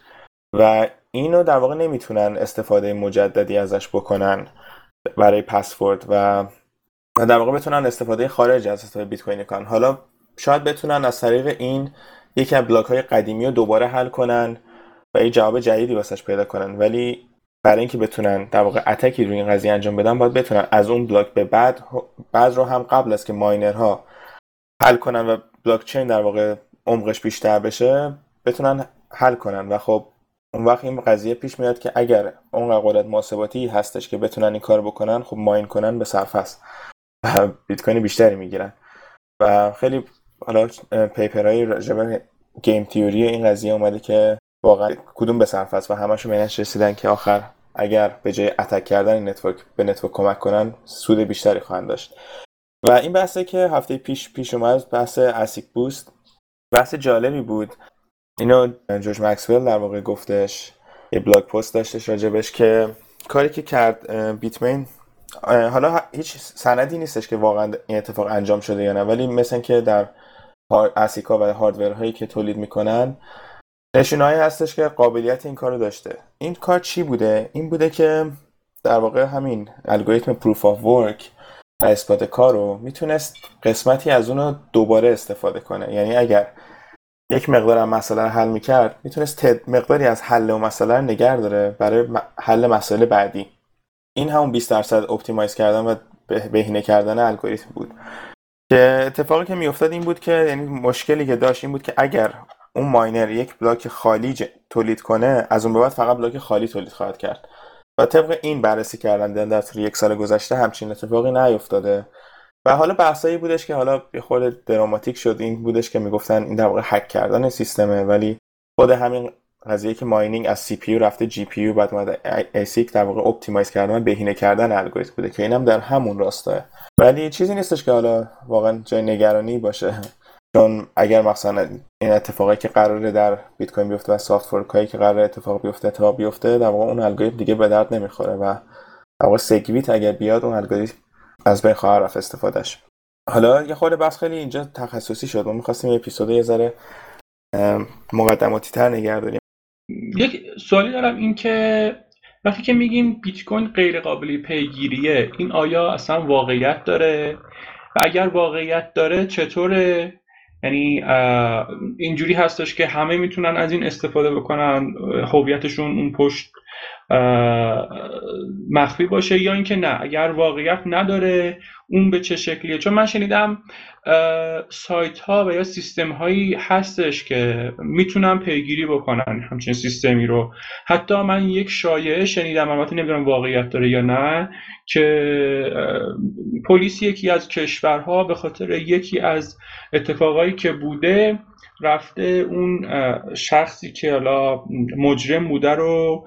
و اینو در واقع نمیتونن استفاده مجددی ازش بکنن برای پسورد و در واقع بتونن استفاده خارج از استفاده بیت کوین کنن. حالا شاید بتونن از طریق این یکی از بلاک های قدیمی رو دوباره حل کنن و یه جواب جدیدی واسش پیدا کنن، ولی برای اینکه بتونن در واقع اتکی روی این قضیه انجام بدن باید بتونن از اون بلاک به بعد رو هم قبل از که ماینرها حل کنن و بلاک چین در واقع عمقش بیشتر بشه بتونن حل کنن. و خب اون وقت این قضیه پیش میاد که اگر اون قدرت محاسباتی هستش که بتونن این کار بکنن، خب ماین کنن به صرفه است و بیت کوین بیشتری میگیرن. و خیلی حالا پیپرهای راجع به گیم تیوری این قضیه اومده که واقعا کدوم به صرفه است و همشون به نتیجه رسیدن که آخر اگر به جای اتک کردن این نتورک به نتورک کمک کنن سود بیشتری خواهند داشت. و این بحثی که هفته پیش اومد، بحث اسیک بوست، بحث جالبی بود. اینو جورج مکسول در واقع گفتش، یه بلاگ پست داشتش راجبش که کاری که کرد بیتمین، حالا هیچ سندی نیستش که واقعا این اتفاق انجام شده یا نه، ولی مثلا که در اسیکا و هاردورهایی که تولید میکنن نشونهایی هستش که قابلیت این کارو داشته. این کار چی بوده؟ این بوده که در واقع همین الگوریتم پروف آف ورک و اثبات کارو میتونست قسمتی از اونو دوباره استفاده کنه. یعنی اگر یک مقدار از مسئله رو حل میکرد میتونست مقداری از حل اون مسئله رو نگه داره برای حل مسئله بعدی. این همون 20% اپتیمایز کردن و بهینه کردن الگوریتم بود. که اتفاقی که میافتاد این بود که یعنی مشکلی که داشت این بود که اگر اون ماینر یک بلاک خالی تولید کنه، از اون به بعد فقط بلاک خالی تولید خواهد کرد. و طبق این بررسی کردن در طول یک سال گذشته همچین اتفاقی نیفتاده. و حالا بحثایی بودش که حالا یه خورده دراماتیک شد، این بودش که میگفتن این در واقع هک کردن سیستمه، ولی خود همین قضیه که ماینینگ از سی پی یو رفته جی پی یو بعد اومده ایسیک در واقع اپتیمایز کردن و بهینه کردن الگوریتم بوده که اینم در همون راستاه. ولی چیزی نیستش که حالا واقعا جای نگرانی باشه، چون اگر مثلا این اتفاقی که قراره در بیت کوین بیفته و سافت فورک هایی که قراره اتفاق بیفته در واقع اون الگوریتم دیگه به درد نمیخوره و در واقع سگویت اگر بیاد اون الگوریتم از بین خواهد رفت استفادهش. حالا یه خورده بحث خیلی اینجا تخصصی شد، ما می‌خواستیم یه اپیزود یه ذره مقدماتی تر نگه داریم. یک سوالی دارم، این که وقتی که میگیم بیت کوین غیر قابل پیگیریه، این آیا اصلا واقعیت داره؟ و اگر واقعیت داره چطوره؟ یعنی اینجوری هستش که همه میتونن از این استفاده بکنن، هویتشون اون پشت مخفی باشه، یا اینکه نه اگر واقعیت نداره اون به چه شکلیه. چون من شنیدم سایت ها و یا سیستم هایی هستش که میتونن پیگیری بکنن همچین سیستمی رو. حتی من یک شایعه شنیدم، البته نمیدونم واقعیت داره یا نه، که پلیس یکی از کشورها به خاطر یکی از اتفاقایی که بوده رفته اون شخصی که حالا مجرم بوده رو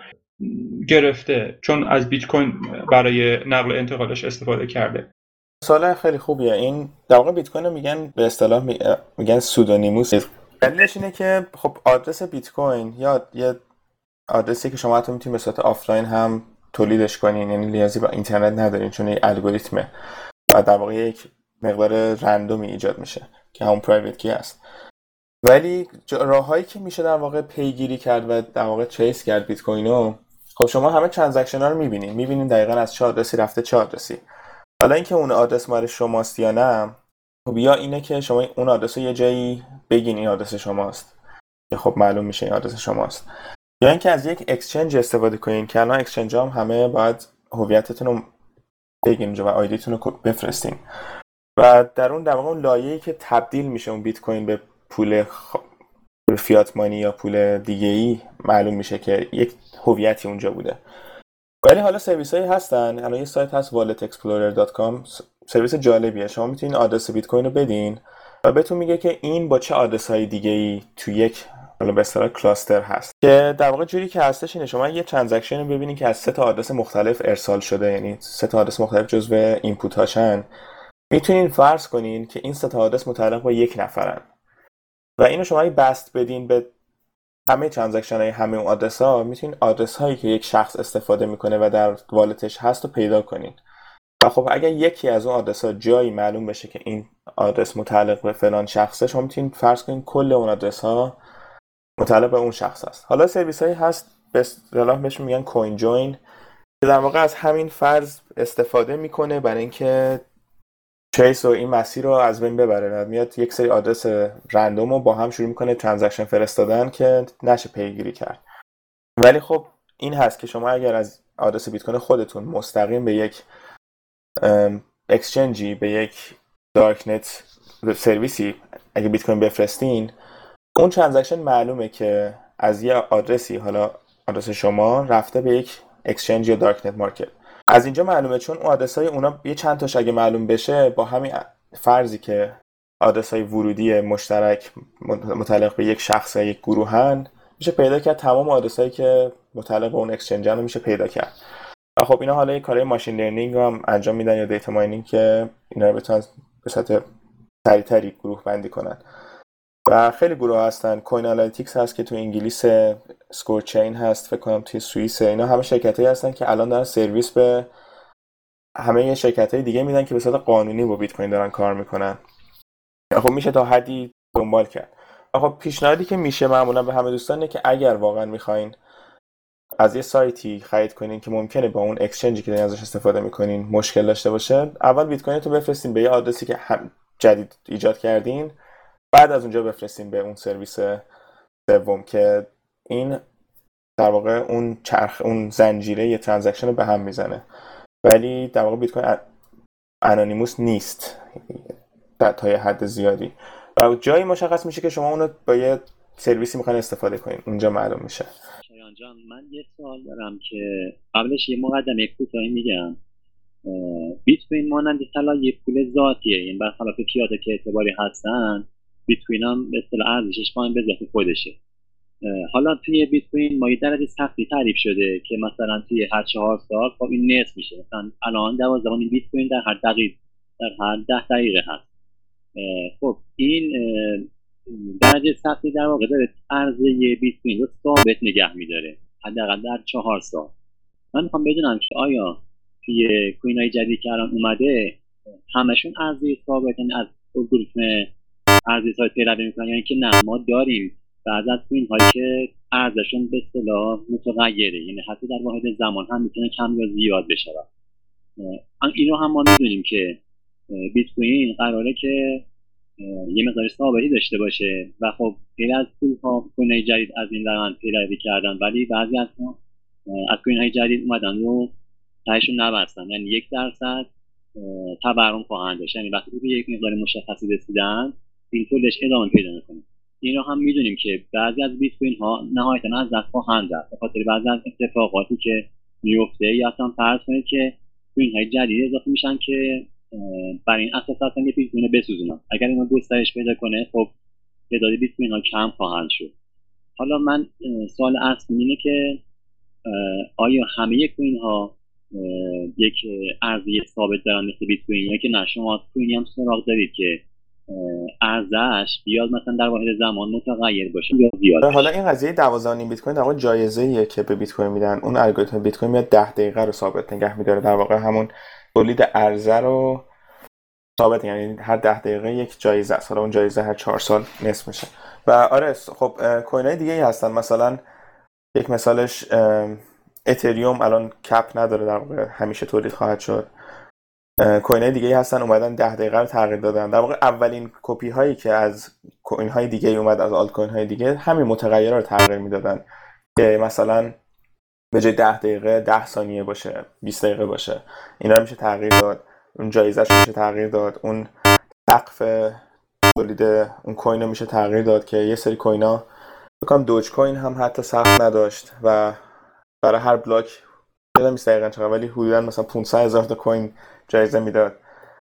گرفته، چون از بیت کوین برای نقل و انتقالش استفاده کرده. سوال خیلی خوبیه. این در واقع بیت کوین رو میگن به اصطلاح میگن سودونیموس. دلیلش اینه که خب آدرس بیت کوین یا یه آدرسی که شما حتی میتونید به صورت آفلاین هم تولیدش کنین، یعنی نیازی به اینترنت ندارین، چون یه الگوریتمه و در واقع یک مقدار رندومی ایجاد میشه که همون پرایوت کی است. ولی راههایی که میشه در واقع پیگیری کرد و در واقع تریس کرد بیت کوینو، خب شما همه ترانزکشن ها رو میبینین دقیقاً از چه آدرسی رفته چه آدرسی. حالا اینکه اون آدرس مال شماست یا نه، خب یا اینه که شما اون آدرس رو یه جایی بگین این آدرس شماست که خب معلوم میشه این آدرس شماست، یا اینکه از یک اکسچنج استفاده کنین که الان اکسچنج هم همه باید هویتتون رو بگین اونجا و آیدیتون رو بفرستین و در اون در واقع اون لایه‌ای که تبدیل میشه اون بیت کوین به پول به فیات مانی یا پول دیگه‌ای معلوم میشه که یک هویتی اونجا بوده. ولی حالا سرویس‌هایی هستن، الان یه سایت هست walletexplorer.com، سرویس جالبیه. شما میتونین آدرس بیت کوین رو بدین و بهتون میگه که این با چه آدرس‌های دیگه‌ای تو یک حالا به اصطلاح کلاستر هست، که در واقع جوری که هستش اینه شما یه ترانزکشن رو ببینین که از 3 تا آدرس مختلف ارسال شده، یعنی 3 تا آدرس مختلف جزو اینپوت هاشن. میتونین فرض کنین که این 3 تا آدرس متعلق با یک نفرن و اینو شما اگه بست بدین به همه ترانزکشن های همه اون آدرس ها، میتونین آدرس هایی که یک شخص استفاده میکنه و در والتش هست رو پیدا کنین. و خب اگر یکی از اون آدرس ها جایی معلوم بشه که این آدرس متعلق به فلان شخصه، شما میتونین فرض کنین کل اون آدرس ها متعلق به اون شخص هست. حالا سرویس هایی هست به اصطلاح بهش میگن کوین جوین که در واقع از همین فرض استفاده میکنه برای اینکه تریس و این مسیر رو از بین ببره. میاد یک سری آدرس رندوم رو با هم شروع میکنه ترانزکشن فرستادن که نشه پیگیری کرد. ولی خب این هست که شما اگر از آدرس بیت کوین خودتون مستقیم به یک اکسچنجی، به یک دارک نت سرویسی اگه بیت کوین بفرستین، اون ترانزکشن معلومه که از یه آدرسی، حالا آدرس شما، رفته به یک اکسچنج یا دارک نت مارکت. از اینجا معلومه چون اون آدرس‌های اونا یه چند تاش اگه معلوم بشه، با همین فرضی که آدرس‌های ورودی مشترک متعلق به یک شخص یا یک گروهن، میشه پیدا کرد تمام آدرس‌هایی که متعلق به اون اکسچنج رو میشه پیدا کرد. و خب اینا حالا یه کارهای ماشین لرنینگ هم انجام میدن یا دیتا ماینینگ که اینا رو بتونن به صورت سریع‌تری گروه بندی کنن. و خیلی گروه هستن. کوین آنالیتیکس هست که تو انگلیس، سکور چین هست فکر کنم توی سوئیس. اینا همه شرکتایی هستن که الان دارن سرویس به همه شرکتای دیگه میدن که به صورت قانونی با بیت کوین دارن کار میکنن. خب میشه تا حدی دنبال کرد. خب پیشنهادی که میشه معمولا به همه دوستان اینه که اگر واقعا میخواین از یه سایتی خرید کنین که ممکنه با اون اکسچنجی که دارین ازش استفاده میکنین مشکل داشته باشه، اول بیت کوینتون بفرستین به یه آدرسی که جدید ایجاد کردین، بعد از اونجا بفرستین به اون سرویس سوم که این در واقع اون زنجیره یه ترانزکشن رو به هم میزنه. ولی در واقع بیت کوین انونیموس نیست تا یه حد زیادی و جایی مشخص میشه که شما اونو با یه سرویسی میخواین استفاده کنین، اونجا معلوم میشه. شایان جان، من یه سوال دارم که قبلش یه مقدمه کوتاهی میگم. بیت کوین مانند طلا یه پول ذاتیه، این برخلاف پیاده که اعتباری هستن، بیت کوین هم به اصطلاح ارزشش پایین به ذات خودشه. حالا توی بیت کوین ما یه درجه سختی تعریف شده که مثلا توی هر 4 سال خب این نصف میشه. مثلا الان 12 بیت کوین در هر 10 دقیقه هست. خب این درجه سختی در واقع داره ارزش بیت کوین رو ثابت نگه میداره حداقل در 4 سال. من میخوام بدونم که آیا توی کوین های جدید که الان اومده همشون ارزش ثابت از الگوریتم ارزش های پیروی میکنن، یعنی که نه ما داریم بعضی از کوین هایی که ارزششون به اصطلاح متغیره، یعنی حتی در واحد زمان هم میتونه کم یا زیاد بشه. اینو هم ما میدونیم که بیت کوین قراره که یه مقدار ثابتی داشته باشه و خب خیلی از کوین جدید از این روند پیروی کردن، ولی بعضی از کوین های جدید اومدن رو تهشون نبستن، یعنی 1% تورم خواهند داشت، یعنی وقتی به یک مقدار مشخصی رسیدن این طولش ادامه پیدا میکنه. این رو هم میدونیم که بعضی از بیت کوین ها نهایتا از دست خواهند رفت به خاطر بعضی از اتفاقاتی که میفته، یا اصلا فرض کنید که کوین های جدید اضافه میشن که بر این اساس اصلا یه بیت کوین بسوزونن. اگر اینا گسترش پیدا کنه خب تعداد بیت کوین ها کم خواهند شد. حالا من سوال اصلی اینه که آیا همه کوین ها یک ارزی ثابت دارن مثل بیت کوین، یا که نه شما کوینی هم سراغ دارید که ارزش بیاد مثلا در واحد زمان متغیر باشه یا زیاد؟ حالا این قضیه 12.5 بیت کوین در واقع جایزه‌ایه که به بیت کوین میدن. اون الگوریتم بیت کوین میاد 10 دقیقه رو ثابت نگه می‌داره، در واقع همون تولید ارزه رو ثابت، یعنی هر 10 دقیقه یک جایزه است. حالا اون جایزه هر 4 سال نصف میشه. و آره خب کوین‌های دیگه‌ای هستن، مثلا یک مثالش اتریوم الان کپ نداره، در واقع همیشه تولید خواهد شد. کوین‌های دیگه‌ای هستن اومدن 10 دقیقه رو تغییر دادن. در واقع اولین کپی هایی که از کوین‌های دیگه اومد، از آلت کوین‌های دیگه، همین متغیرها رو تغییر میدادن که مثلا به جای 10 دقیقه 10 ثانیه باشه، 20 دقیقه باشه. اینا رو میشه تغییر داد. اون جایزه‌اش میشه تغییر داد. اون سقف تولید اون کوین رو میشه تغییر داد که یه سری کوینا بکنم دوج کوین هم حتی سقف نداشت و برای هر بلاک یادم نیست دقیقاً چقدر، ولی حدوداً مثلا 500,000 تا کوین جایزه میداد.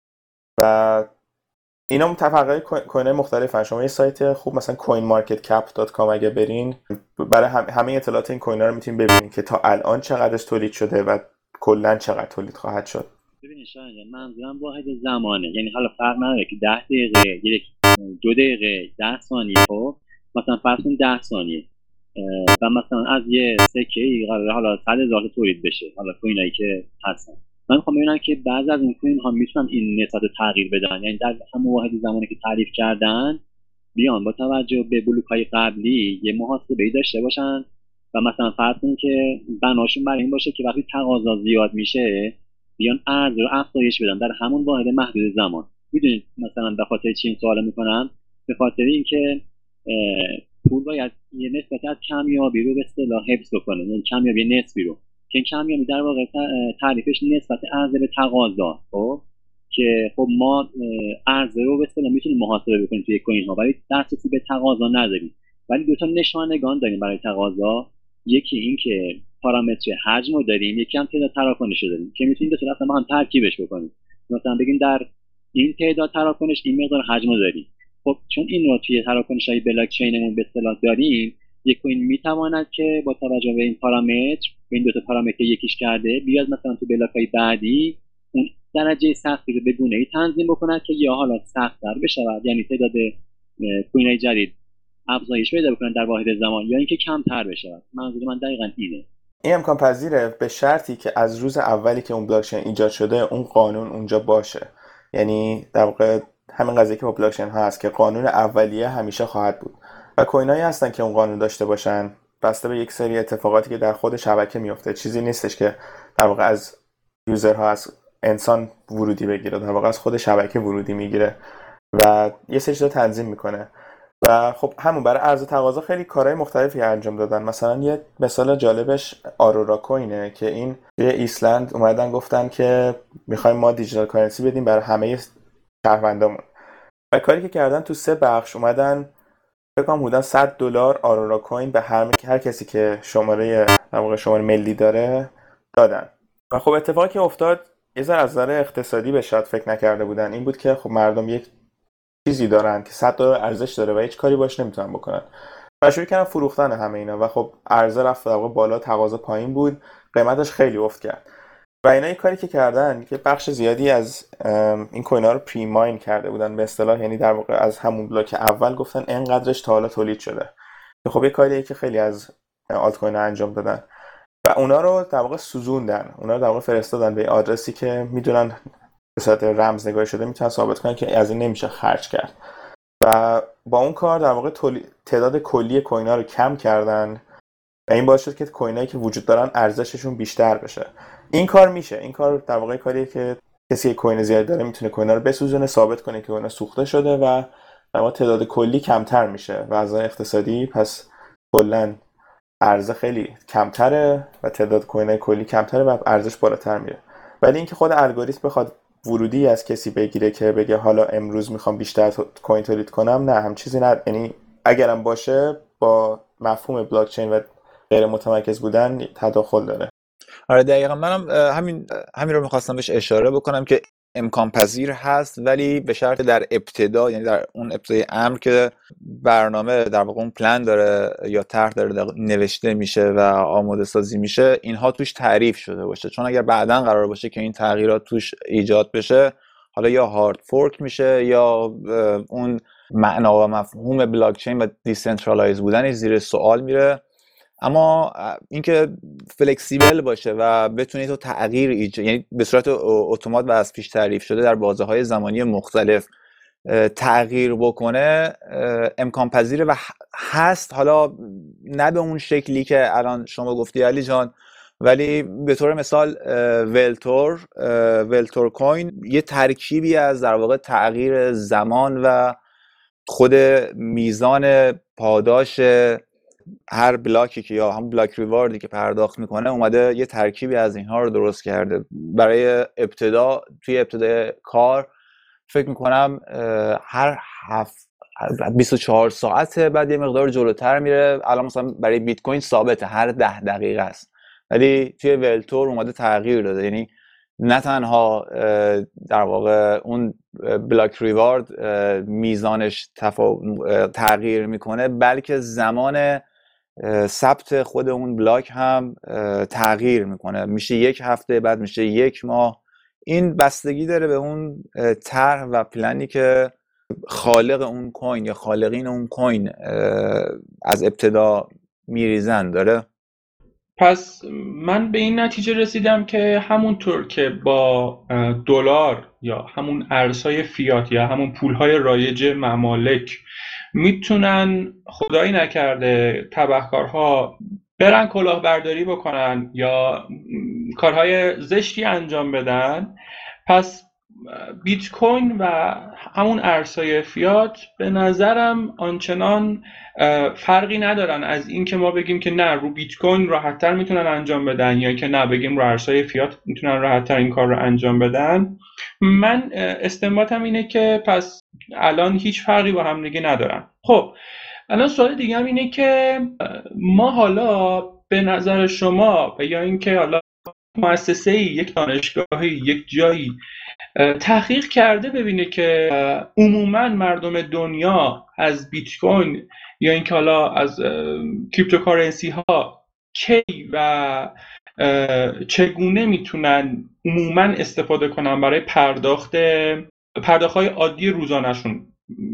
و اینا متفرقه کوین‌های مختلفن. شما یه سایت خوب مثلا coinmarketcap.com اگه برین، برای همه اطلاعات این کوینا رو میتونید ببینید که تا الان چقدرش تولید شده و کلاً چقدر تولید خواهد شد. ببینید شاید منظورم واحد زمانه، یعنی حالا فرق نداره که 10 دقیقه، 2 دقیقه، 10 ثانیه، خب مثلا فرض کن 10 ثانیه و مثلا از یه سکه قراره حالا 100,000 تولید بشه، حالا کوینایی که هستن. من میخوام ببینم که بعضی از این کوین ها میتونن این نسبت تغییر بدن، یعنی در همون واحد زمانی که تعریف کردن بیان با توجه به بلوک‌های قبلی یه محاسبه‌ای داشته باشن و مثلا فرض کن که بناشون برای این باشه که وقتی تقاضا زیاد میشه بیان عرض رو افزایش بدن در همون واحد محدود زمان. میدونید مثلا به خاطر چی این سوال میکنم؟ به خاطر اینکه پول باید یه نسبت از کمیابی رو به اصطلاح حفظ بکنه، یعنی کمیابی نسبی رو، که این کمیابی در واقع تعریفش نسبت عرضه به تقاضا. خب که خب ما عرضه رو به اصطلاح میتونیم محاسبه بکنیم توی کوین ها، ولی دسترسی به تقاضا نداریم. ولی دو تا نشانگان داریم برای تقاضا، یکی این که پارامتر حجم رو داریم، یکی هم تعداد تراکنش رو داریم که میتونیم به صورت با هم ترکیبش بکنیم. مثلا بگیم در این تعداد تراکنش این مقدار حجم رو داریم. خب چون این رو توی تراکنش‌های بلاک چینمون به اصطلاح داریم، یک کوین میتواند که با توجه به این پارامتر، به این دو تا پارامتر یکیش کرده، بیاد مثلا تو بلاک‌های بعدی اون درجه سختی رو به گونه‌ای تنظیم بکنه که یا حالا سخت‌تر بشه، یعنی تعداد کوین‌های جدید افزایش پیدا بکنن در واحد زمان، یا اینکه کمتر بشه. منظور من دقیقاً اینه. این امکان پذیره به شرطی که از روز اولی که اون بلاکچین ایجاد شده اون قانون اونجا باشه. یعنی در واقع همین قضیه که با بلاکچین ها هست که قانون اولیه همیشه خواهد بود و کوینایی هستن که اون قانون داشته باشن بسته به یک سری اتفاقاتی که در خود شبکه میفته. چیزی نیستش که در واقع از یوزرها، از انسان ورودی بگیره، در واقع از خود شبکه ورودی میگیره و یه سری چیزا تنظیم میکنه. و خب همون برای عرضه تقاضا خیلی کارهای مختلفی انجام دادن. مثلا یه مثال جالبش آرورا کوینه که این توی ایسلند اومدن گفتن که میخوایم ما دیجیتال کارنسی بدیم برای همه شهروندامون و کاری که کردن تو 3 بخش اومدن فکر کنم حدود $100 آرورا کوین به هر کسی که شماره ملی داره دادن. و خب اتفاقی که افتاد یه ذره از نظر اقتصادی به شاید فکر نکرده بودن این بود که خب مردم یک چیزی دارن که $100 ارزش داره و هیچ کاری باش نمیتونن بکنن و شروع کردن فروختن همه اینا و خب عرضه رفت در واقع بالا، تقاضا پایین بود، قیمتش خیلی افت کرد. و اینا این کاری که کردن که بخش زیادی از این کوینا رو پری ماین کرده بودن به اصطلاح، یعنی در واقع از همون بلاک اول گفتن اینقدرش تا حالا تولید شده. خب یه کاریه که خیلی از آلت کوینا انجام دادن و اونا رو در واقع سوزوندن، اونا رو در واقع فرستادن به آدرسی که میدونن به صورت رمز نگاه شده میتونن ثابت کنن که از این نمیشه خرج کرد و با اون کار در واقع تعداد کلی کوینا رو کم کردن و این باعث شد که کوینایی که وجود دارن ارزششون بیشتر بشه. این کار میشه، این کار در واقع کاریه که کسی کوین زیاد داره میتونه کوینا رو بسوزونه، ثابت کنه که اونا سوخته شده و اما تعداد کلی کمتر میشه و از اقتصادی پس کلا ارزش خیلی کمتره و تعداد کوین کلی کمتره و ارزش بالاتر میره. ولی اینکه خود الگوریتم بخواد ورودی از کسی بگیره که بگه حالا امروز میخوام بیشتر کوین تولید کنم، نه هم چیزی نه. یعنی اگرم باشه با مفهوم بلاک چین و غیر متمرکز بودن تداخل داره. آره دقیقاً، منم همین رو میخواستم بهش اشاره بکنم که امکان پذیر هست، ولی به شرط در ابتدا، یعنی در اون ابتدای امر که برنامه در واقع اون پلن داره یا طرح داره نوشته میشه و آماده سازی میشه، اینها توش تعریف شده باشه. چون اگر بعداً قرار باشه که این تغییرات توش ایجاد بشه، حالا یا هارد فورک میشه یا اون معنا و مفهوم بلاک چین و دیسنترالایز بودنش زیر سوال میره. اما اینکه فلکسیبل باشه و بتونی تو تغییر یعنی به صورت اتومات و از پیش تعریف شده در بازه‌های زمانی مختلف تغییر بکنه، امکان پذیره و هست. حالا نه به اون شکلی که الان شما گفتی علی جان، ولی به طور مثال ولتور کوین یه ترکیبی از در واقع تغییر زمان و خود میزان پاداش هر بلاکی که یا هم بلاک ریواردی که پرداخت میکنه اومده یه ترکیبی از اینها رو درست کرده. برای توی ابتدای کار فکر میکنم هر 24 ساعته، بعد یه مقدار جلوتر میره. الان مثلا برای بیت کوین ثابته هر 10 دقیقه است، ولی توی ولتور اومده تغییر داده. یعنی نه تنها در واقع اون بلاک ریوارد میزانش تغییر میکنه، بلکه زمان ثبت خود اون بلاک هم تغییر میکنه. میشه 1 هفته، بعد میشه 1 ماه. این بستگی داره به اون طرح و پلنی که خالق اون کوین یا خالقین اون کوین از ابتدا میریزن داره. پس من به این نتیجه رسیدم که همونطور که با دلار یا همون ارزهای فیات یا همون پولهای رایج ممالک میتونن خدایی نکرده تبهکارها برن کلاهبرداری بکنن یا کارهای زشتی انجام بدن، پس بیت کوین و همون ارزهای فیات به نظرم آنچنان فرقی ندارن از این که ما بگیم که نه رو بیت کوین راحت‌تر میتونن انجام بدن یا که نه بگیم رو ارزهای فیات میتونن راحت‌تر این کار رو انجام بدن. من استنباطم اینه که پس الان هیچ فرقی با هم دیگه ندارن. خب الان سوال دیگه هم اینه که ما حالا به نظر شما یا اینکه حالا مؤسسه‌ای، یک دانشگاهی، یک جایی تحقیق کرده ببینه که عموما مردم دنیا از بیت کوین یا اینکه حالا از کریپتوکارنسی ها کی و چگونه میتونن عموما استفاده کنن برای پرداخت‌های عادی روزانه‌شون؟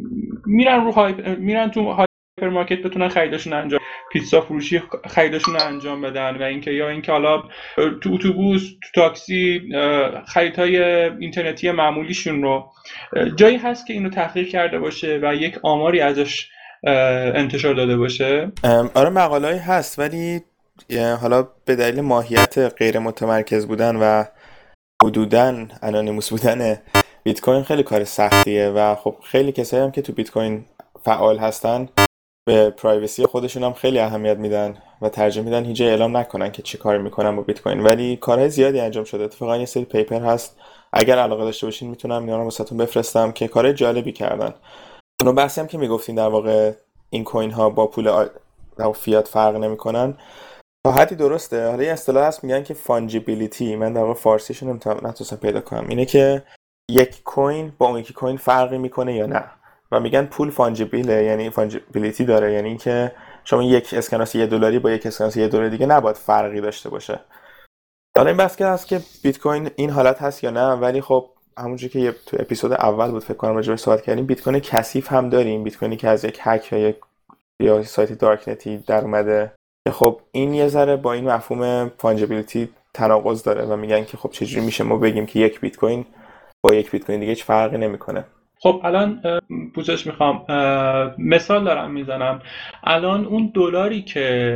میرن تو هایپرمارکت بتونن خریداشون انجام، پیتزا فروشی خریداشون رو انجام بدن، و اینکه یا اینکه حالا تو اتوبوس، تو تاکسی خریدهای اینترنتی معمولیشون رو. جایی هست که اینو تحقیق کرده باشه و یک آماری ازش انتشار داده باشه؟ آره مقاله‌ای هست، ولی حالا به دلیل ماهیت غیر متمرکز بودن و حدوداً انونیموس بودن بیت کوین خیلی کار سختیه و خب خیلی کسایی هم که تو بیت کوین فعال هستن به پرایوسی خودشون هم خیلی اهمیت میدن و ترجیح میدن هیچ اعلام نکنن که چی کار میکنن با بیت کوین، ولی کارهای زیادی انجام شده. اتفاقا یه سری پیپر هست، اگر علاقه داشته باشین میتونم اینا رو واسهتون بفرستم که کارهای جالبی کردن. اون بحثی هم که میگفتین در واقع این کوین ها با پول فیات فرق نمیکنن تا حدی درسته. حالا یه اصطلاح هست میگن که فانجیبیلیتی، من در واقع فارسیش نتونستم پیدا کنم، اینه که یک کوین با اون یکی کوین فرقی میکنه یا نه. و میگن پول فانجیبیله، یعنی فانجیبیلیتی داره، یعنی اینکه شما یک اسکناس $1 با یک اسکناس $1 دیگه نباید فرقی داشته باشه. حالا این بحث که هست که بیت کوین این حالت هست یا نه، ولی خب همونجوری که تو اپیزود اول بود فکر کنم راجع بهش صحبت کردیم، بیت کوین کثیف هم داریم، بیت کوینی که از یک هک یا سایت دارک نتی در اومده. خب این یه ذره با این مفهوم فانجیبیلیتی تناقض داره و میگن که خب چجوری میشه ما بگیم که یک بیت کوین با یک بیت کوین دیگه هیچ فرقی نمیکنه. خب الان پوزش میخوام مثال دارم میزنم. الان اون دلاری که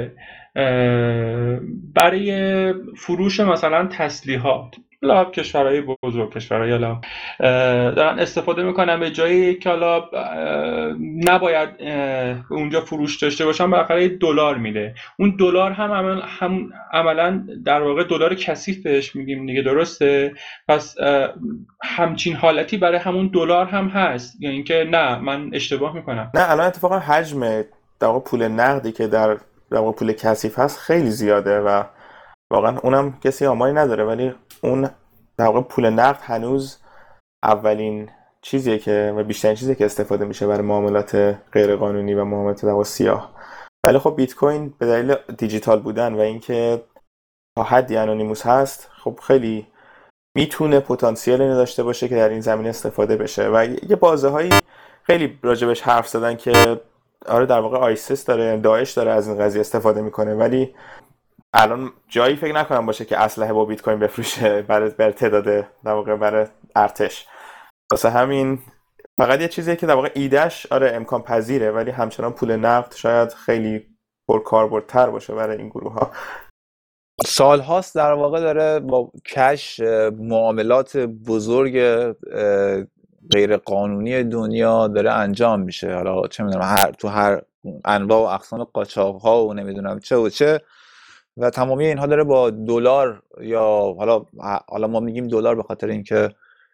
برای فروش مثلا تسلیحات، حالا کشورهای بزرگ، کشورهای حالا دارن استفاده میکنن به جایی که حالا نباید اونجا فروش داشته باشن، بالاخره دلار میده. اون دلار هم عملا در واقع دلار کثیف بهش میگیم دیگه، درسته؟ پس همچین حالتی برای همون دلار هم هست، یعنی اینکه نه من اشتباه میکنم؟ نه، الان اتفاقا حجم در واقع پول نقدی که در واقع پول کثیف هست خیلی زیاده و واقعا اونم کسی آماری نداره، ولی اون در واقع پول نقد هنوز اولین چیزیه که و بیشترین چیزی که استفاده میشه برای معاملات غیرقانونی و معاملات در واقع سیاه. ولی خب بیت کوین به دلیل دیجیتال بودن و اینکه تا حدی انونیموس هست، خب خیلی میتونه پتانسیل اینو داشته باشه که در این زمینه استفاده بشه و یه بازه‌هایی خیلی راجبش حرف زدن که آره در واقع آیسیس داره، داعش داره از این قضیه استفاده میکنه، ولی الان جایی فکر نکنم باشه که اسلحه با بیت کوین بفروشه برای تعداد در واقع برای ارتش. واسه همین فقط یه چیزیه که در واقع ایدهش آره امکان پذیره، ولی همچنان پول نقد شاید خیلی پرکاربردتر باشه برای این گروه ها. سال هاست در واقع داره با کش معاملات بزرگ غیر قانونی دنیا داره انجام میشه، حالا چه میدونم تو هر انواع و اقسام قاچاق ها و نمیدونم چه و چه، و تمامی اینها داره با دلار، یا حالا ما میگیم دلار به خاطر اینکه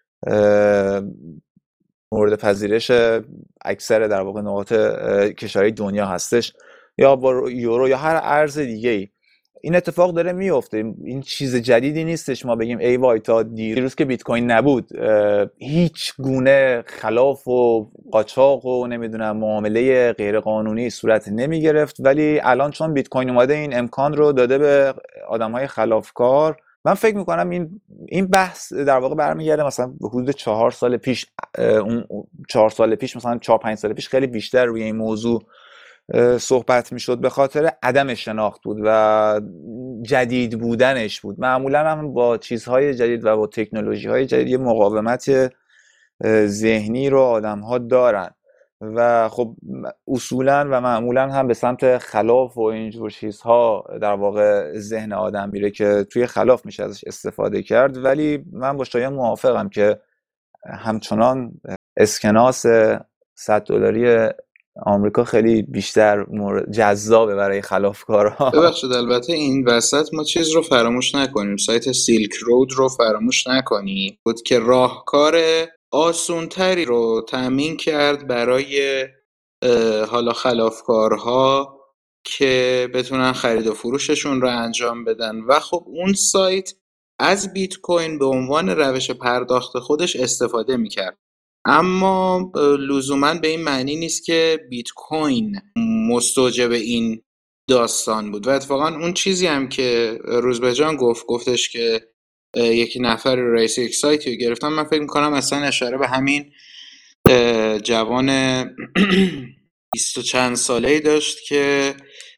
مورد پذیرش اکثر در واقع نقاط کشورهای دنیا هستش، یا با یورو یا هر ارز دیگه ای این اتفاق داره میفته. این چیز جدیدی نیستش ما بگیم ای وای تا دیروز که بیت کوین نبود هیچ گونه خلاف و قاچاق و نمیدونم معامله غیر قانونی صورت نمی گرفت، ولی الان چون بیت کوین اومده این امکان رو داده به آدم‌های خلافکار. من فکر میکنم این بحث در واقع برمیگرده مثلا به حدود 4 سال پیش. اون 4 سال پیش مثلا 4-5 سال پیش خیلی بیشتر روی این موضوع صحبت میشد به خاطر عدم شناخت بود و جدید بودنش بود. معمولا هم با چیزهای جدید و با تکنولوژی‌های جدید یه مقاومت ذهنی رو آدم‌ها دارن و خب اصولا و معمولا هم به سمت خلاف و اینجور چیزها در واقع ذهن آدم میره که توی خلاف میشه ازش استفاده کرد. ولی من با شایان موافقم که همچنان اسکناس $100 آمریکا خیلی بیشتر جذابه برای خلافکارها. ببخشید البته این وسط ما چیز رو فراموش نکنیم، سایت سیلک رود رو فراموش نکنیم بود که راهکار آسونتری رو تامین کرد برای حالا خلافکارها که بتونن خرید و فروششون رو انجام بدن و خب اون سایت از بیت کوین به عنوان روش پرداخت خودش استفاده میکرد، اما لزوما به این معنی نیست که بیت کوین مستوجب این داستان بود. و اتفاقا اون چیزی هم که روزبه‌جان گفتش که یکی نفر رئیس یک سایتی رو گرفتن، من فکر میکنم اصلا اشاره به همین جوان 20 و چند ساله‌ای داشت که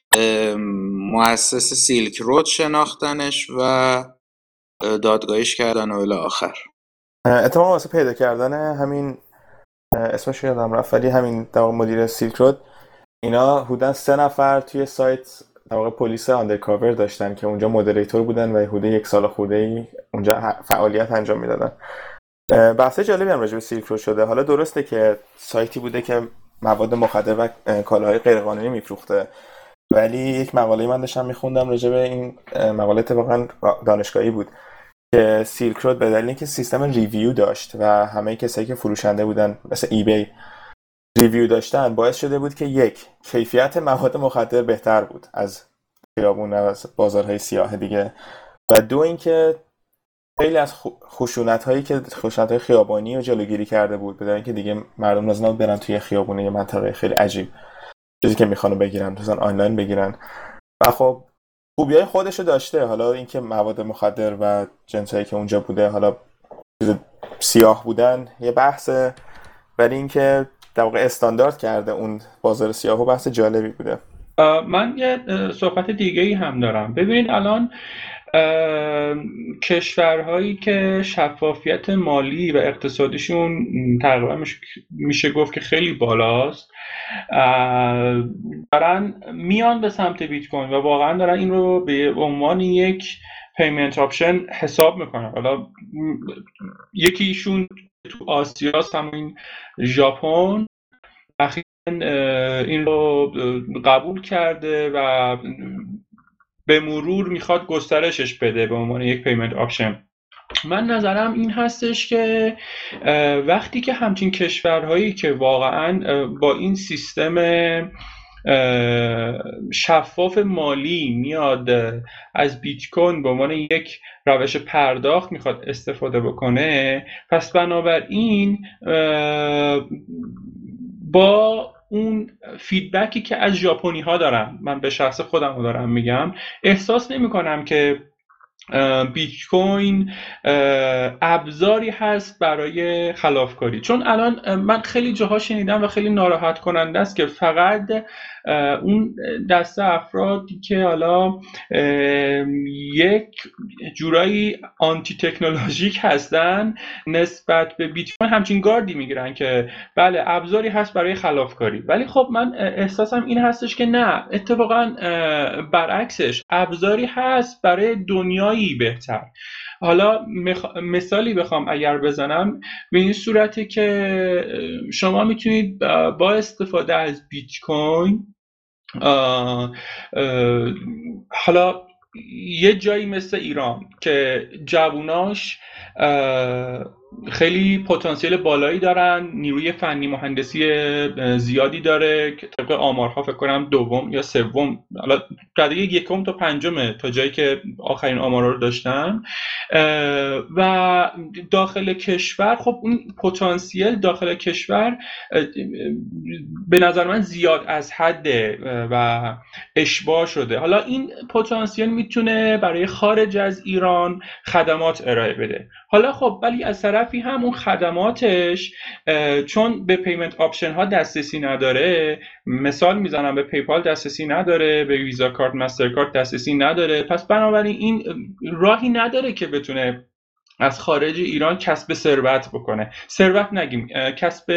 مؤسس سیلک رود شناختنش و دادگاهیش کردن و الی آخر. اتفاقا واسه پیدا کردن همین اسمش یادم رفت، ولی همین در واقع مدیر سیلک رود اینا حدوداً 3 نفر توی سایت در واقع پلیس آندرکاور داشتن که اونجا مودریتور بودن و حدود 1 سال خورده‌ای اونجا فعالیت انجام میدادن. بحث جالبی هم راجع به سیلک رود شده. حالا درسته که سایتی بوده که مواد مخدر و کالاهای غیرقانونی میفروخته، ولی یک مقاله من داشتم میخوندم راجع به این مقاله، اتفاقاً دانشگاهی بود، که سیلک رود به دلیل اینکه سیستم ریویو داشت و همه کسایی که فروشنده بودن مثل ایبی ریویو داشتن، باعث شده بود که یک، کیفیت مواد مخدر بهتر بود از خیابون و از بازارهای سیاه دیگه، و دو اینکه خیلی از خشونت‌هایی که خشونت‌های خیابانی رو جلوگیری کرده بود، بدون اینکه دیگه مردم لازم نبود برن توی خیابون یه منطقه خیلی عجیب چیزی که میخوان بگیرن مثلا آنلاین بگیرن. و خب خوبیای خودشو داشته، حالا اینکه مواد مخدر و جنسایی که اونجا بوده حالا چیز سیاه بودن یه بحثه، ولی اینکه در واقع استاندارد کرده اون بازار سیاهو بحث جالبی بوده. من یه صحبت دیگه‌ای هم دارم. ببینید الان کشورهایی که شفافیت مالی و اقتصادیشون تقریبا میشه گفت که خیلی بالاست دارن میان به سمت بیت کوین و واقعا دارن این رو به عنوان یک پیمنت آپشن حساب میکنن. حالا یکیشون تو آسیاست، همین ژاپن اخیراً این رو قبول کرده و به مرور میخواد گسترشش بده به عنوان یک پیمنت آپشن. من نظرم این هستش که وقتی که همچین کشورهایی که واقعا با این سیستم شفاف مالی میاد از بیت کوین به عنوان یک روش پرداخت میخواد استفاده بکنه، پس بنابراین با اون فیدبکی که از ژاپنی ها دارم، من به شخص خودم رو دارم میگم، احساس نمی کنم که بیت کوین ابزاری هست برای خلافکاری. چون الان من خیلی جاها شنیدم و خیلی ناراحت کننده است که فقط اون دسته افرادی که حالا یک جورایی آنتی تکنولوژیک هستن نسبت به بیت کوین همچین گاردی میگیرن که بله ابزاری هست برای خلافکاری. ولی خب من احساسم این هستش که نه، اتفاقا برعکسش، ابزاری هست برای دنیایی بهتر. حالا مثالی بخوام اگر بزنم به این صورته که شما میتونید با استفاده از بیت کوین حالا یه جایی مثل ایران که جووناش خیلی پتانسیل بالایی دارن، نیروی فنی مهندسی زیادی داره که طبق آمارها فکر کنم دوم یا سوم، حالا رده یکم تا پنجمه تا جایی که آخرین آمارا رو داشتم، و داخل کشور خب اون پتانسیل داخل کشور به نظر من زیاد از حده و اشباع شده. حالا این پتانسیل میتونه برای خارج از ایران خدمات ارائه بده. حالا خب ولی از طرفی هم اون خدماتش چون به پیمنت آپشن ها دسترسی نداره، مثال میزنم به پیپال دسترسی نداره، به ویزا کارت مسترکارت دسترسی نداره، پس بنابراین این راهی نداره که بتونه از خارج ایران کسب ثروت بکنه، ثروت نگیم، کسب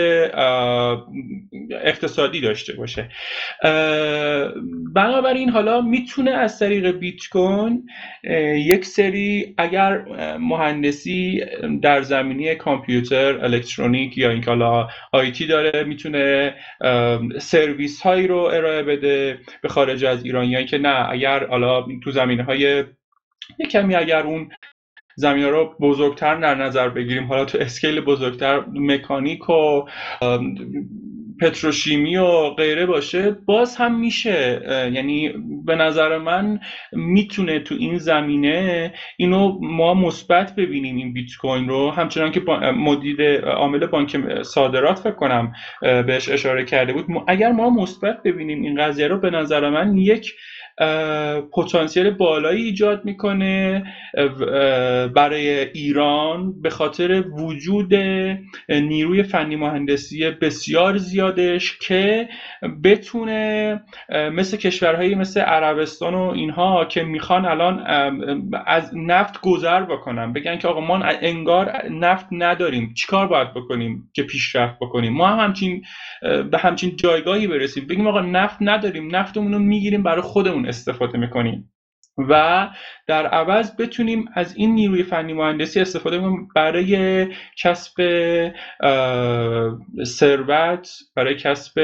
اقتصادی داشته باشه. بنابراین حالا میتونه از طریق بیت کوین یک سری اگر مهندسی در زمینه کامپیوتر، الکترونیک یا اینکه حالا آیتی داره، میتونه سرویس هایی رو ارائه بده به خارج از ایران، یا اینکه نه اگر حالا تو زمینه های یک کمی اگر اون زمینه رو بزرگتر در نظر بگیریم، حالا تو اسکیل بزرگتر مکانیک و پتروشیمی و غیره باشه، باز هم میشه. یعنی به نظر من میتونه تو این زمینه اینو ما مثبت ببینیم این بیت کوین رو، همچنان که مدیر عامل بانک صادرات فکر کنم بهش اشاره کرده بود. اگر ما مثبت ببینیم این قضیه رو، به نظر من یک پتانسیل بالایی ایجاد میکنه برای ایران به خاطر وجود نیروی فنی مهندسی بسیار زیادش که بتونه مثل کشورهایی مثل عربستان و اینها که میخوان الان از نفت گذر بکنن، بگن که آقا ما انگار نفت نداریم، چیکار باید بکنیم که پیشرفت بکنیم، ما هم به همچین جایگاهی برسیم، بگیم آقا نفت نداریم، نفتمون رو میگیریم برای خودمون استفاده میکنیم و در عوض بتونیم از این نیروی فنی مهندسی استفاده کنیم برای کسب ثروت، برای کسب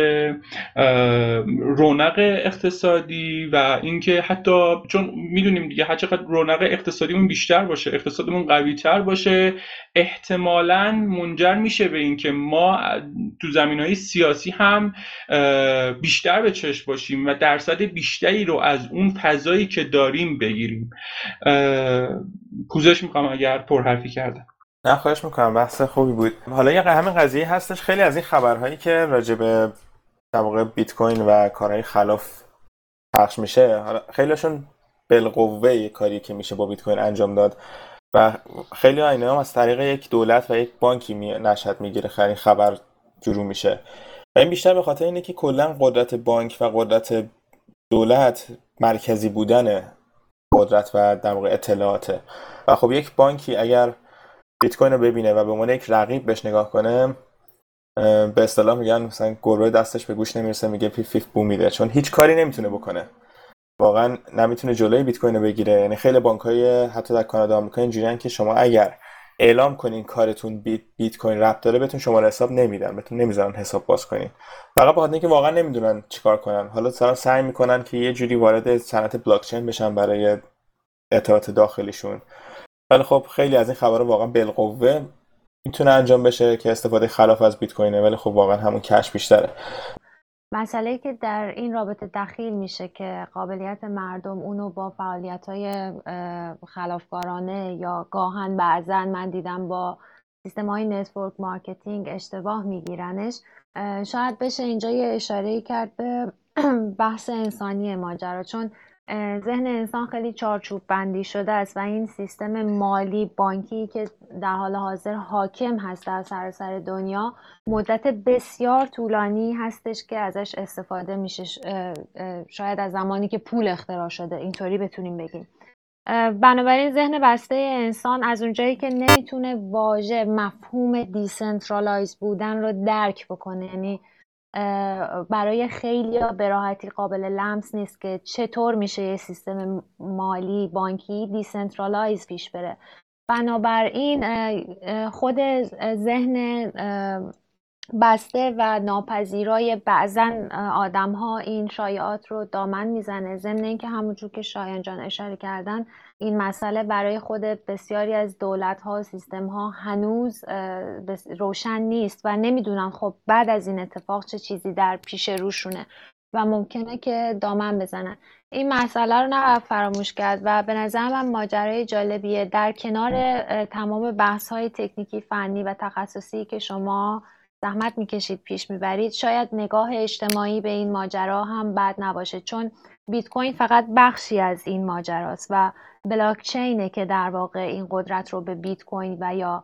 رونق اقتصادی، و اینکه حتی چون میدونیم دیگه هر چقدر رونق اقتصادیمون بیشتر باشه، اقتصادمون قوی تر باشه، احتمالاً منجر میشه به اینکه ما تو زمینهای سیاسی هم بیشتر به چشم باشیم و درصد بیشتری رو از اون فضایی که داریم بگیریم. پوزش میخوام اگر پرحرفی کردم. نه خواهش میکنم، بحث خوبی بود. حالا یه همین قضیه هستش، خیلی از این خبرهایی که راجع به در واقع بیت کوین و کارهای خلاف پخش میشه، حالا خیلیشون بالقوه کاری که میشه با بیت کوین انجام داد و خیلی اینا هم از طریق یک دولت و یک بانکی نشأت میگیره، خیلی خبر شروع میشه و این بیشتر به خاطر اینه که کلا قدرت بانک و قدرت دولت مرکزی بودنه قدرت و در واقع اطلاعاته. و خب یک بانکی اگر بیت کوین رو ببینه و به عنوان یک رقیب بهش نگاه کنه، به اصطلاح میگن مثلا گربه دستش به گوش نمیرسه، میگه پیف پیف بو میده، چون هیچ کاری نمیتونه بکنه، واقعا نمیتونه جلوی بیت کوین رو بگیره. یعنی خیلی بانک‌های حتی در کانادا و آمریکا اینجوریان که شما اگر اعلام کنین کارتون بیت کوین ربط داره، بهتون شماره حساب نمیدن، بهتون نمیذارن حساب باز کنین، فقط بخاطر اینکه واقعا نمیدونن چیکار کنن. حالا سعی میکنن که یه جوری وارد صنعت بلاک چین بشن برای اطلاعات داخلیشون، ولی خب خیلی از این خبرها واقعا بالقوه میتونه انجام بشه که استفاده خلاف از بیت کوینه، ولی خب واقعا همون کش بیشتره. مسئله‌ای که در این رابطه دخیل میشه که قابلیت مردم اونو با فعالیت‌های خلافکارانه یا گاهن بعضن من دیدم با سیستم‌های نتورک مارکتینگ اشتباه میگیرنش. شاید بشه اینجا یه اشاره‌ای کرد به بحث انسانی ماجرا، چون ذهن انسان خیلی چارچوب بندی شده است و این سیستم مالی بانکی که در حال حاضر حاکم هست در سراسر دنیا مدت بسیار طولانی هستش که ازش استفاده میشه، شاید از زمانی که پول اختراع شده اینطوری بتونیم بگیم. بنابراین ذهن بسته انسان از اونجایی که نمیتونه واژه مفهوم دیسنترالایز بودن رو درک بکنه، یعنی برای خیلیا به راحتی قابل لمس نیست که چطور میشه یه سیستم مالی بانکی دیسنترالایز پیش بره. بنابراین خود ذهن بسته و ناپذیرای بعضن آدم ها این شایعات رو دامن میزنه، ضمن اینکه همونجور که شایان جان اشاره کردن این مسئله برای خود بسیاری از دولت ها و سیستم ها هنوز روشن نیست و نمیدونن خب بعد از این اتفاق چه چیزی در پیش روشونه و ممکنه که دامن بزنن. این مسئله رو نباید فراموش کرد و به نظر من ماجرای جالبیه. در کنار تمام بحث های تکنیکی فنی و تخصصی که شما زحمت میکشید پیش میبرید، شاید نگاه اجتماعی به این ماجرا هم بد نباشه، چون بیت کوین فقط بخشی از این ماجراست و بلاک چینه که در واقع این قدرت رو به بیت کوین و یا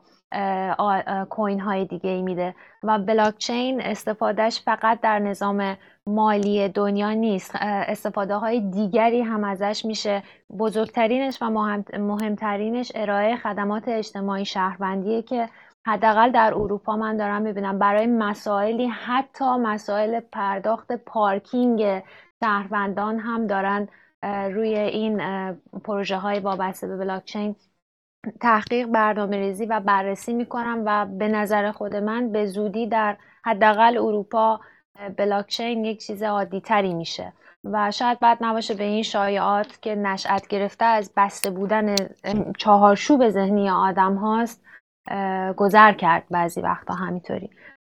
کوین های دیگه ای میده و بلاک چین استفادهش فقط در نظام مالی دنیا نیست، استفاده های دیگری هم ازش میشه. بزرگترینش و مهمترینش ارائه خدمات اجتماعی شهروندیه که حداقل در اروپا من دارم میبینم برای مسائلی، حتی مسائل پرداخت پارکینگ شهروندان هم دارن روی این پروژه های وابسته به بلاک چین تحقیق، برنامه‌ریزی و بررسی میکنم و به نظر خود من به زودی در حداقل اروپا بلاک چین یک چیز عادی تری میشه و شاید بد نباشه به این شایعات که نشأت گرفته از بسته بودن چهارچوب ذهنی آدم هاست گذر کرد بعضی وقتا همینطوری.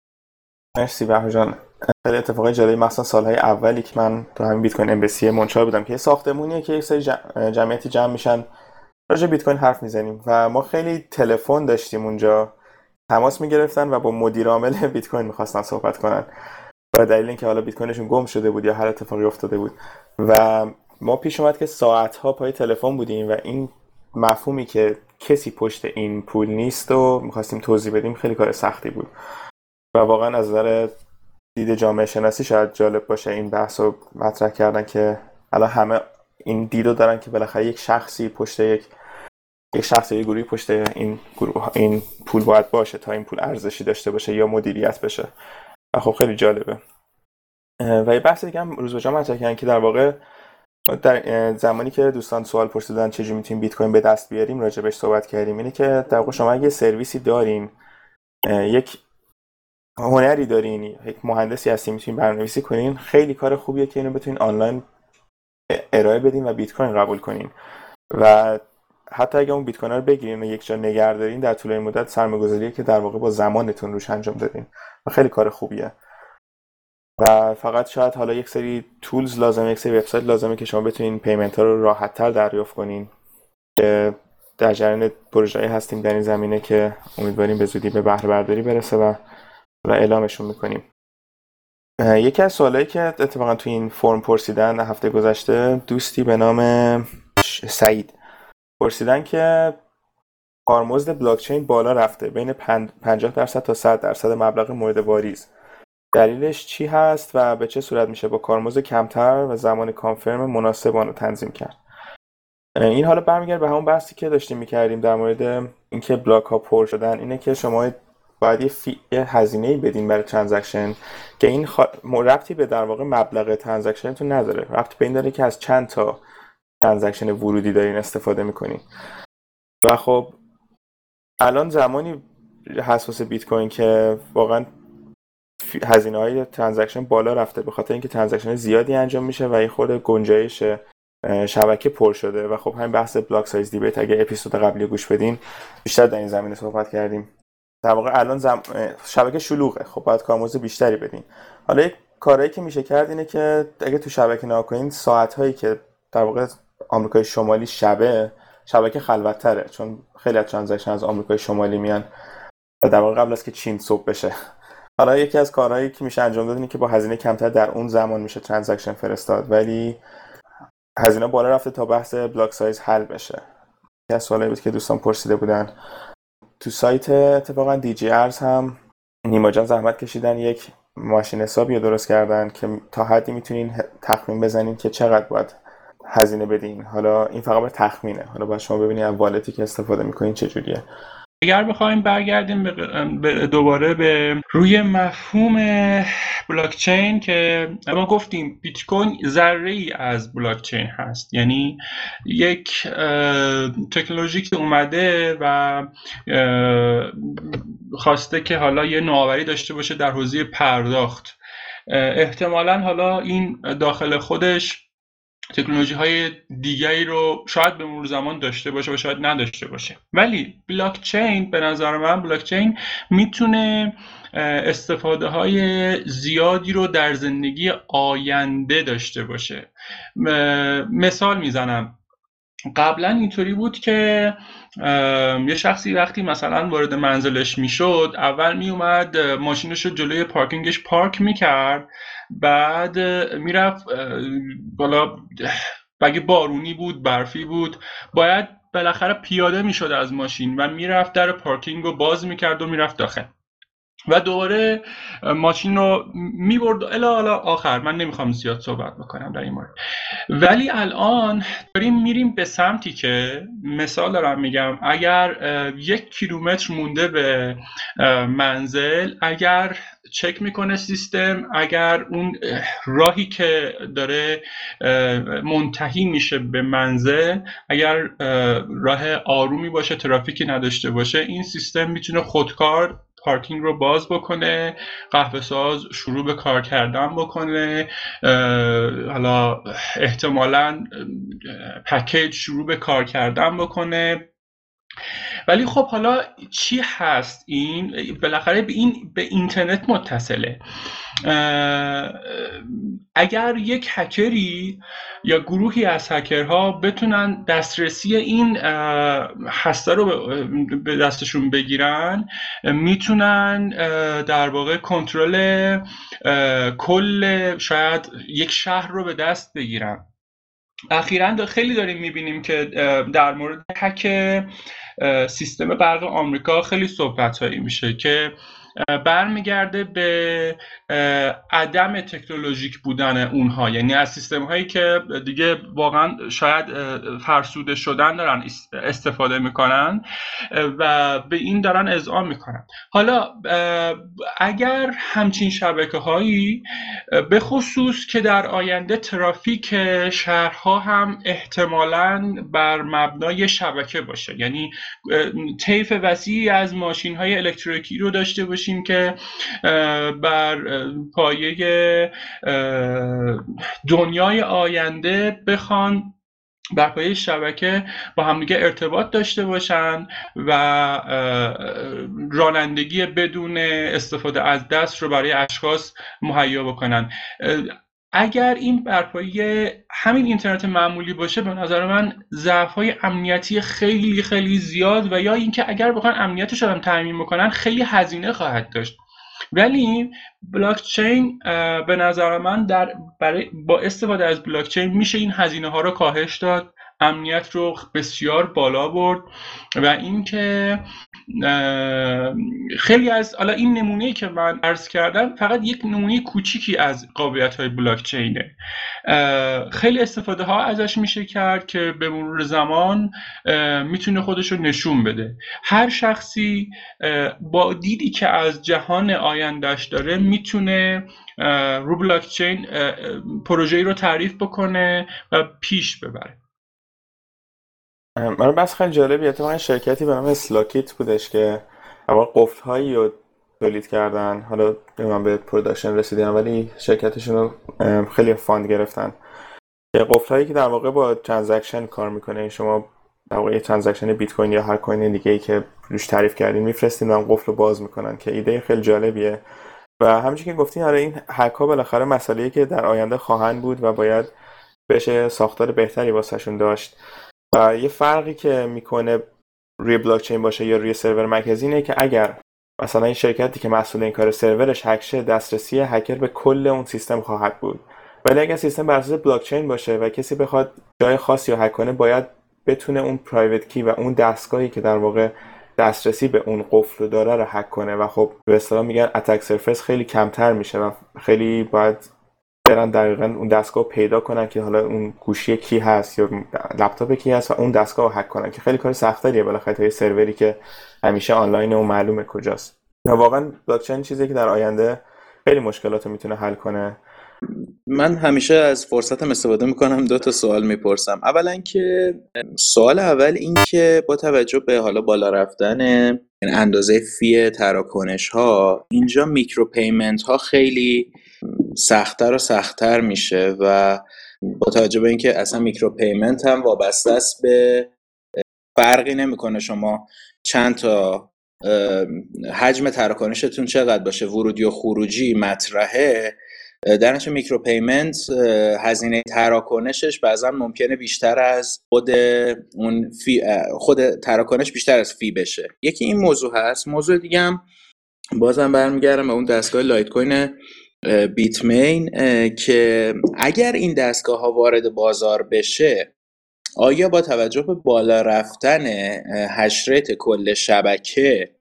مرسی بهار جان. خیلی اتفاقای جالبی، مثلا سالهای اولی که من تو همین بیت کوین امبسی منشار بودم که ساختمونیه که یک سری جمعیتی جمع میشن راجع بیت کوین حرف میزنیم و ما خیلی تلفن داشتیم اونجا، تماس میگرفتن و با مدیر عامل بیت کوین میخواستن صحبت کنن به دلیل اینکه حالا بیت کوینشون گم شده بود یا هر اتفاقی افتاده بود و ما پیش اومد که ساعت‌ها پای تلفن بودیم و این مفهومی که کسی پشت این پول نیست و می‌خواستیم توضیح بدیم خیلی کار سختی بود و واقعا از نظر دید جامعه شناسی شاید جالب باشه این بحثو مطرح کردن که الان همه این دیدو دارن که بالاخره یک شخصی پشت یک شخصی، یک گروهی پشت این پول باید باشه تا این پول ارزشی داشته باشه یا مدیریت بشه و خب خیلی جالبه. و یه بحث دیگه هم روز به جا مطرح کردن که در واقع در زمانی که دوستان سوال پرسیدن چجوری میتونیم بیت کوین به دست بیاریم راجع بهش صحبت کردیم. اینه که در واقع شما اگه سرویسی دارین، یک هنری دارین، یک مهندسی هستین، میتونین برنامه‌نویسی کنین، خیلی کار خوبیه که اینو بتونین آنلاین ارائه بدین و بیت کوین قبول کنین و حتی اگه اون بیت کوین رو بگیرین و یک جا نگه دارین در طول مدت سرمایه‌گذاریه که در واقع با زمانتون روش انجام دادین و خیلی کار خوبیه و فقط شاید حالا یک سری تولز لازمه، یک سری وبسایت لازمه که شما بتونین پیمنت ها رو راحت‌تر دریافت کنین که در جریان پروژه‌ای هستیم در این زمینه که امیدواریم به زودی به بهره برداری برسه و اعلامشون میکنیم. یکی از سوالایی که اتفاقا تو این فرم پرسیدن هفته گذشته، دوستی به نام سعید پرسیدن که کارمزد بلاک چین بالا رفته بین 50% تا 100% مبلغ مورد واریز، دلیلش چی هست و به چه صورت میشه با کارمزد کمتر و زمان کانفرم مناسب آن رو تنظیم کرد؟ این حالا برمیگرده به همون بحثی که داشتیم میکردیم در مورد اینکه بلاک ها پر شدن. اینه که شما باید یه هزینه‌ای بدین برای ترانزکشن که این ربطی به در واقع مبلغ ترانزکشنتون نداره، ربط به این داره که از چند تا ترانزکشن ورودی دارین استفاده میکنین. و خب الان زمانی هست واسه بیت کوین که واقعا هزینه‌های ترانزکشن بالا رفته به خاطر اینکه ترانزکشن زیادی انجام میشه و یه خورده گنجایش شبکه پر شده. و خب همین بحث بلاک سایز دیبیت اگه اپیزود قبلی گوش بدین بیشتر در این زمینه صحبت کردیم. در واقع الان شبکه شلوغه، خب باید کارمزد بیشتری بدین. حالا یک کاری که میشه کرد اینه که اگه تو شبکه نگاه کنین ساعت‌هایی که در واقع آمریکای شمالی شبکه خلوت‌تره، چون خیلی از ترانزکشن از آمریکای شمالی میان و در واقع قبل از که چین صبح بشه. حالا یکی از کارهایی که میشه انجام داد اینه که با هزینه کمتر در اون زمان میشه ترانزکشن فرستاد، ولی هزینه بالا رفته تا بحث بلاک سایز حل بشه. یکی از سوالایی بود که دوستان پرسیده بودن. تو سایت اتفاقا دی جی ارز هم نیما جان زحمت کشیدن یک ماشین حسابی رو درست کردن که تا حدی میتونین تخمین بزنین که چقدر باید هزینه بدین. حالا این فقط تخمینه، حالا باید شما ببینید از والتی که استفاده میکنین چجوریه. اگر بخوایم برگردیم دوباره به روی مفهوم بلاکچین که ما گفتیم بیت کوین ذره‌ای از بلاکچین هست، یعنی یک تکنولوژی که اومده و خواسته که حالا یه نوآوری داشته باشه در حوزه پرداخت. احتمالاً حالا این داخل خودش تکنولوژی های دیگری رو شاید به مرور زمان داشته باشه و شاید نداشته باشه، ولی بلاکچین به نظر من بلاکچین میتونه استفاده های زیادی رو در زندگی آینده داشته باشه. مثال میزنم، قبلا اینطوری بود که یه شخصی وقتی مثلا وارد منزلش میشد اول میومد ماشینش رو جلوی پارکینگش پارک میکرد، بعد میرفت بالا، اگه بارونی بود برفی بود باید بالاخره پیاده میشد از ماشین و میرفت در پارکینگ رو باز میکرد و میرفت داخل و دوباره ماشین رو میبرد الی آخر. من نمیخوام زیاد صحبت بکنم در این مورد، ولی الان داریم میریم به سمتی که مثال دارم میگم، اگر 1 کیلومتر مونده به منزل، اگر چک میکنه سیستم، اگر اون راهی که داره منتهی میشه به منزل اگر راه آرومی باشه، ترافیکی نداشته باشه، این سیستم میتونه خودکار پارکینگ رو باز بکنه، قهوه ساز شروع به کار کردن بکنه، حالا احتمالاً پکیج شروع به کار کردن بکنه. ولی خب حالا چی هست؟ این بالاخره به اینترنت متصله. اگر یک هکری یا گروهی از هکرها بتونن دسترسی این هسته رو به دستشون بگیرن، میتونن در واقع کنترل کل شاید یک شهر رو به دست بگیرن. اخیراً خیلی داریم میبینیم که در مورد هک سیستم برق آمریکا خیلی صحبت‌هایی میشه که برمیگرده به عدم تکنولوژیک بودن اونها، یعنی از سیستم هایی که دیگه واقعا شاید فرسوده شدن دارن استفاده میکنن و به این دارن اذعان میکنن. حالا اگر همچین شبکه هایی به خصوص که در آینده ترافیک شهرها هم احتمالاً بر مبنای شبکه باشه، یعنی طیف وسیعی از ماشین های الکتریکی رو داشته باشیم که بر پایه دنیای آینده بخوان بر پایه شبکه با همدیگه ارتباط داشته باشن و رانندگی بدون استفاده از دست رو برای اشخاص مهیا بکنن. اگر این بر پایه همین اینترنت معمولی باشه، به نظر من ضعف‌های امنیتی خیلی خیلی زیاد و یا اینکه اگر بخوان امنیتش رو هم تامین بکنن خیلی هزینه خواهد داشت. ولی بلاکچین به نظر من با استفاده از بلاکچین میشه این هزینه ها رو کاهش داد، امنیت رو بسیار بالا برد و اینکه خیلی از حالا این نمونه‌ای که من عرض کردم فقط یک نمونه کوچیکی از قابلیت‌های بلاکچینه. خیلی استفاده ها ازش میشه کرد که به مرور زمان میتونه خودش رو نشون بده. هر شخصی با دیدی که از جهان آیندهش داره میتونه رو بلاکچین پروژه‌ای رو تعریف بکنه و پیش ببره. من بس خیلی جالبیه. اتفاقا شرکتی به نام اسلاکیت بودش که قفل‌هایی رو تولید کردن. حالا من به پروداکشن رسیدم ولی شرکتشون رو خیلی فاند گرفتن. قفل‌هایی که در واقع با ترانزکشن کار میکنه. شما در واقع ترانزکشن بیت کوین یا هر کوین دیگه‌ای که روش تعریف کردین میفرستین و قفل رو باز میکنن که ایده خیلی جالبیه. و همونجوری که گفتین آره این هک‌ها بالاخره مسئله‌ای که در آینده خواهند بود و باید بشه ساختار بهتری واسهشون داشت. و یه فرقی که میکنه روی بلاکچین باشه یا روی سرور مرکزی اینه که اگر مثلا این شرکتی که مسئول این کار سرورش هک شه، دسترسی هکر به کل اون سیستم خواهد بود. ولی اگر سیستم بر اساس بلاکچین باشه و کسی بخواد جای خاصی رو هک کنه، باید بتونه اون پرایوت کی و اون دستگاهی که در واقع دسترسی به اون قفل رو داره رو هک کنه و خب به اصطلاح میگن اتک سرفیس خیلی کمتر میشه و خیلی باید برن دقیقاً اون دستگاه رو پیدا کنن که حالا اون گوشی کی هست یا لپتاپ کی هست و اون دستگاه رو هک کنن که خیلی کار سخت‌تریه بالاخره تا یه سروری که همیشه آنلاین و معلومه کجاست. واقعاً بلاکچین چیزی که در آینده خیلی مشکلات رو میتونه حل کنه. من همیشه از فرصتم استفاده میکنم 2 تا سوال میپرسم. اولا که سوال اول این که با توجه به حالا بالا رفتن اندازه فی تراکنش ها، اینجا میکرو پیمنت ها خیلی سخت‌تر و سخت‌تر میشه و با توجه به اینکه اصلا میکرو پیمنت هم وابسته است به فرقی نمیکنه شما چند تا حجم تراکنشتون چقدر باشه، ورودی و خروجی مطرحه، در نتیجه میکرو پیمنت هزینه تراکنشش بعضا ممکنه بیشتر از خود تراکنش بیشتر از فی بشه. یکی این موضوع هست. موضوع دیگه هم بازم برمیگردم به اون دستگاه لایت کوین بیت مین که اگر این دستگاه ها وارد بازار بشه، آیا با توجه به بالا رفتن هش ریت کل شبکه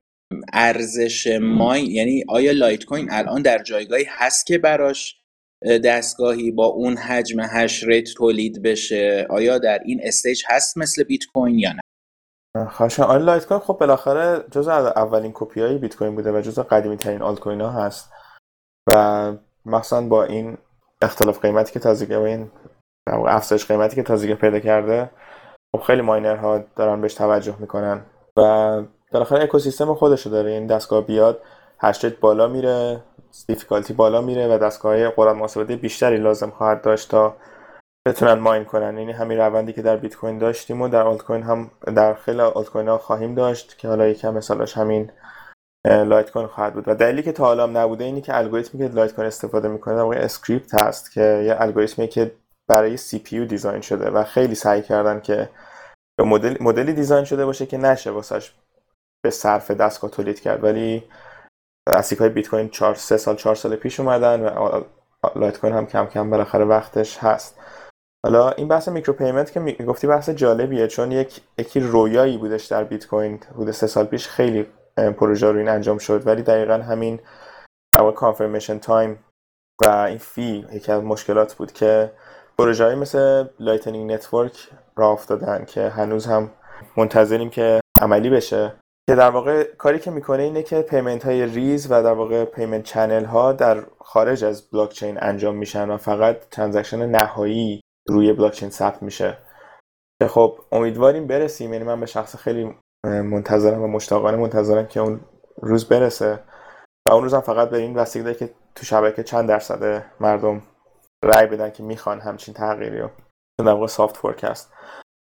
ارزش یعنی آیا لایت کوین الان در جایگاهی هست که براش دستگاهی با اون حجم هش ریت تولید بشه؟ آیا در این استیج هست مثل بیت کوین یا نه؟ خواهشاً آن لایت کوین خب بالاخره جزء اولین کپیای بیت کوین بوده و جزء قدیمی ترین آلت کوین ها هست و مثلا با این اختلاف قیمتی که تازگی با این افزایش قیمتی که تازگی پیدا کرده، خب خیلی ماینرها دارن بهش توجه میکنن و بالاخره اکوسیستم خودشو داره. این دستگاه بیاد هش ریت بالا میره، دیفیکالتی بالا میره و دستگاه‌های قدرت محاسباتی بیشتری لازم خواهد داشت تا بتونن ماین کنن. یعنی همین روندی که در بیت کوین داشتیم و در آلت کوین هم در خیلی آلت کوین ها خواهیم داشت که حالا یکم مثالش همین لایت کوین خواهد بود. و دلیلی که تا حالا نبوده اینی که الگوریتمی که لایت کوین استفاده میکنه در واقع اسکریپت هست که یه الگوریتمی که برای سی پی یو دیزاین شده و خیلی سعی کردن که مدلی دیزاین شده باشه که نشه واسش به صرف دستگاه تولید کرد. ولی اسیک‌های بیت کوین 4 سال پیش اومدن و لایت کوین هم کم کم بالاخره وقتش هست. حالا این بحث میکرو پیمنت که گفتی بحث جالبیه، چون یکی رویایی بودش در بیت کوین حدود 3 سال پیش خیلی پروژه رو این انجام شد، ولی دقیقاً همین کانفرمیشن تایم و این فی یکی از مشکلات بود که پروژه‌ای مثل لایتنینگ نتورک راه افتادن که هنوز هم منتظریم که عملی بشه، که در واقع کاری که میکنه اینه که پیمنت های ریز و در واقع پیمنت چنل ها در خارج از بلاکچین انجام میشن و فقط ترانزکشن نهایی روی بلاکچین ثبت میشه که خب امیدواریم برسیم. یعنی من به شخص خیلی منتظرم و مشتاقانه منتظرم که اون روز برسه و اون روز هم فقط به این بستگی داره که تو شبکه چند درصد مردم رای بدن که میخوان همچین تغییری رو. در واقع سافت فورک است.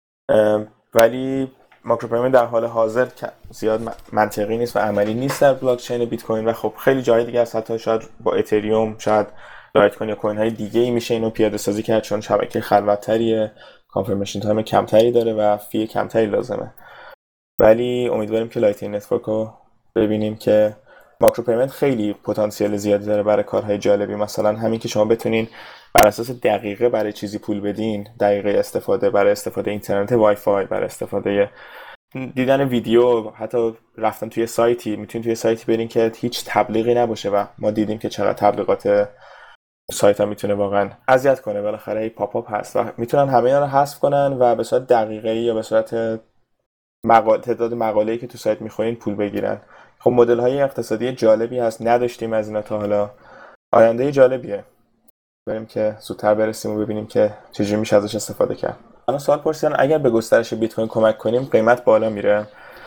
ولی ماکرو پیمنت در حال حاضر زیاد منطقی نیست و عملی نیست در بلاکچین بیت کوین و خب خیلی جای دیگه است، حتی شاید با اتریوم، شاید لایت کوین یا کوین های دیگه ای میشه اینو پیاده سازی کرد، چون شبکه خلوت‌تریه، کانفرمیشن تایم کمتری داره و فی کمتری لازمه. ولی امیدواریم که لایتنینگ نتورک رو ببینیم که ماکرو پیمنت خیلی پتانسیل زیادی داره برای کارهای جالبی. مثلا همین که شما بتونین بر اساس دقیقه برای چیزی پول بدین، دقیقه استفاده، برای استفاده اینترنت وای فای، برای استفاده دیدن ویدیو، حتی رفتن توی سایتی، میتونید توی سایتی برین که هیچ تبلیغی نباشه و ما دیدیم که چقدر تبلیغات سایت ها میتونه واقعا اذیت کنه. بالاخره این پاپ اپ هست و میتونن همه اینا رو حذف کنن و به صورت دقیقه‌ای یا به صورت تعداد مقاله‌ای که تو سایت میخونین پول بگیرن. خب مدل های اقتصادی جالبی هست، نداشتیم از اینا تا حالا، آینده جالبیه. بریم که زودتر برسیم و ببینیم که چجوری میشه ازش استفاده کرد. الان سوال پرسیدن اگر به گسترش بیت کوین کمک کنیم قیمت بالا میره.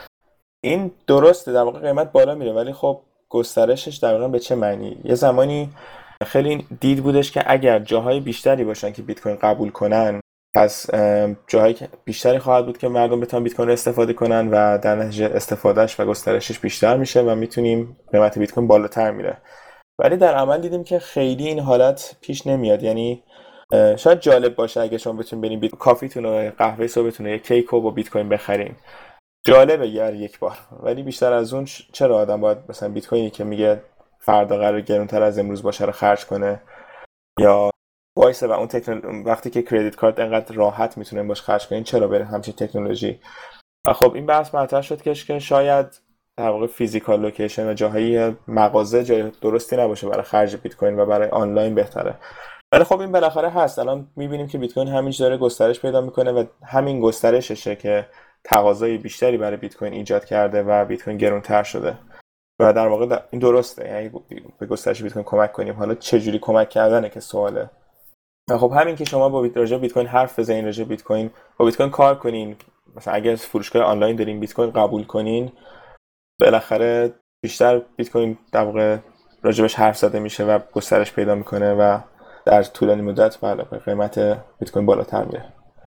این درسته، در واقع قیمت بالا میره، ولی خب گسترشش در واقع به چه معنی؟ یه زمانی خیلی دید بودش که اگر جاهای بیشتری باشن که بیت کوین قبول کنن، پس جاهای بیشتری خواهد بود که مردم بتونن بیت کوین رو استفاده کنن و در نتیجه استفادهش و گسترشش بیشتر میشه و میتونیم قیمت بیت کوین بالاتر میره. ولی در عمل دیدیم که خیلی این حالت پیش نمیاد. یعنی شاید جالب باشه اگه شما بتونین برین کافیتون و قهوه صبحتون یه کیک رو با بیت کوین بخرین، جالبه یک بار، ولی بیشتر از اون چرا آدم باید مثلا بیت کوینی که میگه فردا قرار گرونتر از امروز باشه رو خرج کنه یا وایسه و اون وقتی که کریدیت کارت انقدر راحت میتونه باش خرج کنین چرا بره همچین تکنولوژی؟ و خب این بحث مطرح شد که شاید در واقع فیزیکال لوکیشن و جاهای مغازه جای درستی نباشه برای خرج بیت کوین و برای آنلاین بهتره. ولی خب این بالاخره هست. الان میبینیم که بیت کوین همینجوری داره گسترش پیدا میکنه و همین گسترششه که تقاضای بیشتری برای بیت کوین ایجاد کرده و بیت کوین گرانتر شده. و در واقع این درسته، یعنی به گسترش بیت کوین کمک کنیم. حالا چه جوری کمک کردنه که سواله. و خب همین که شما با راجع بیت کوین حرف بزنین، راجع بیت کوین با بیت کوین کار کنین، مثلا اگر فروشگاه آنلاین دارین بیت کوین قبول کنین، بالاخره بیشتر بیت کوین در واقع راجبش حرف زده میشه و گسترش پیدا میکنه و در طولانی مدت قیمت بیت کوین بالاتر میره.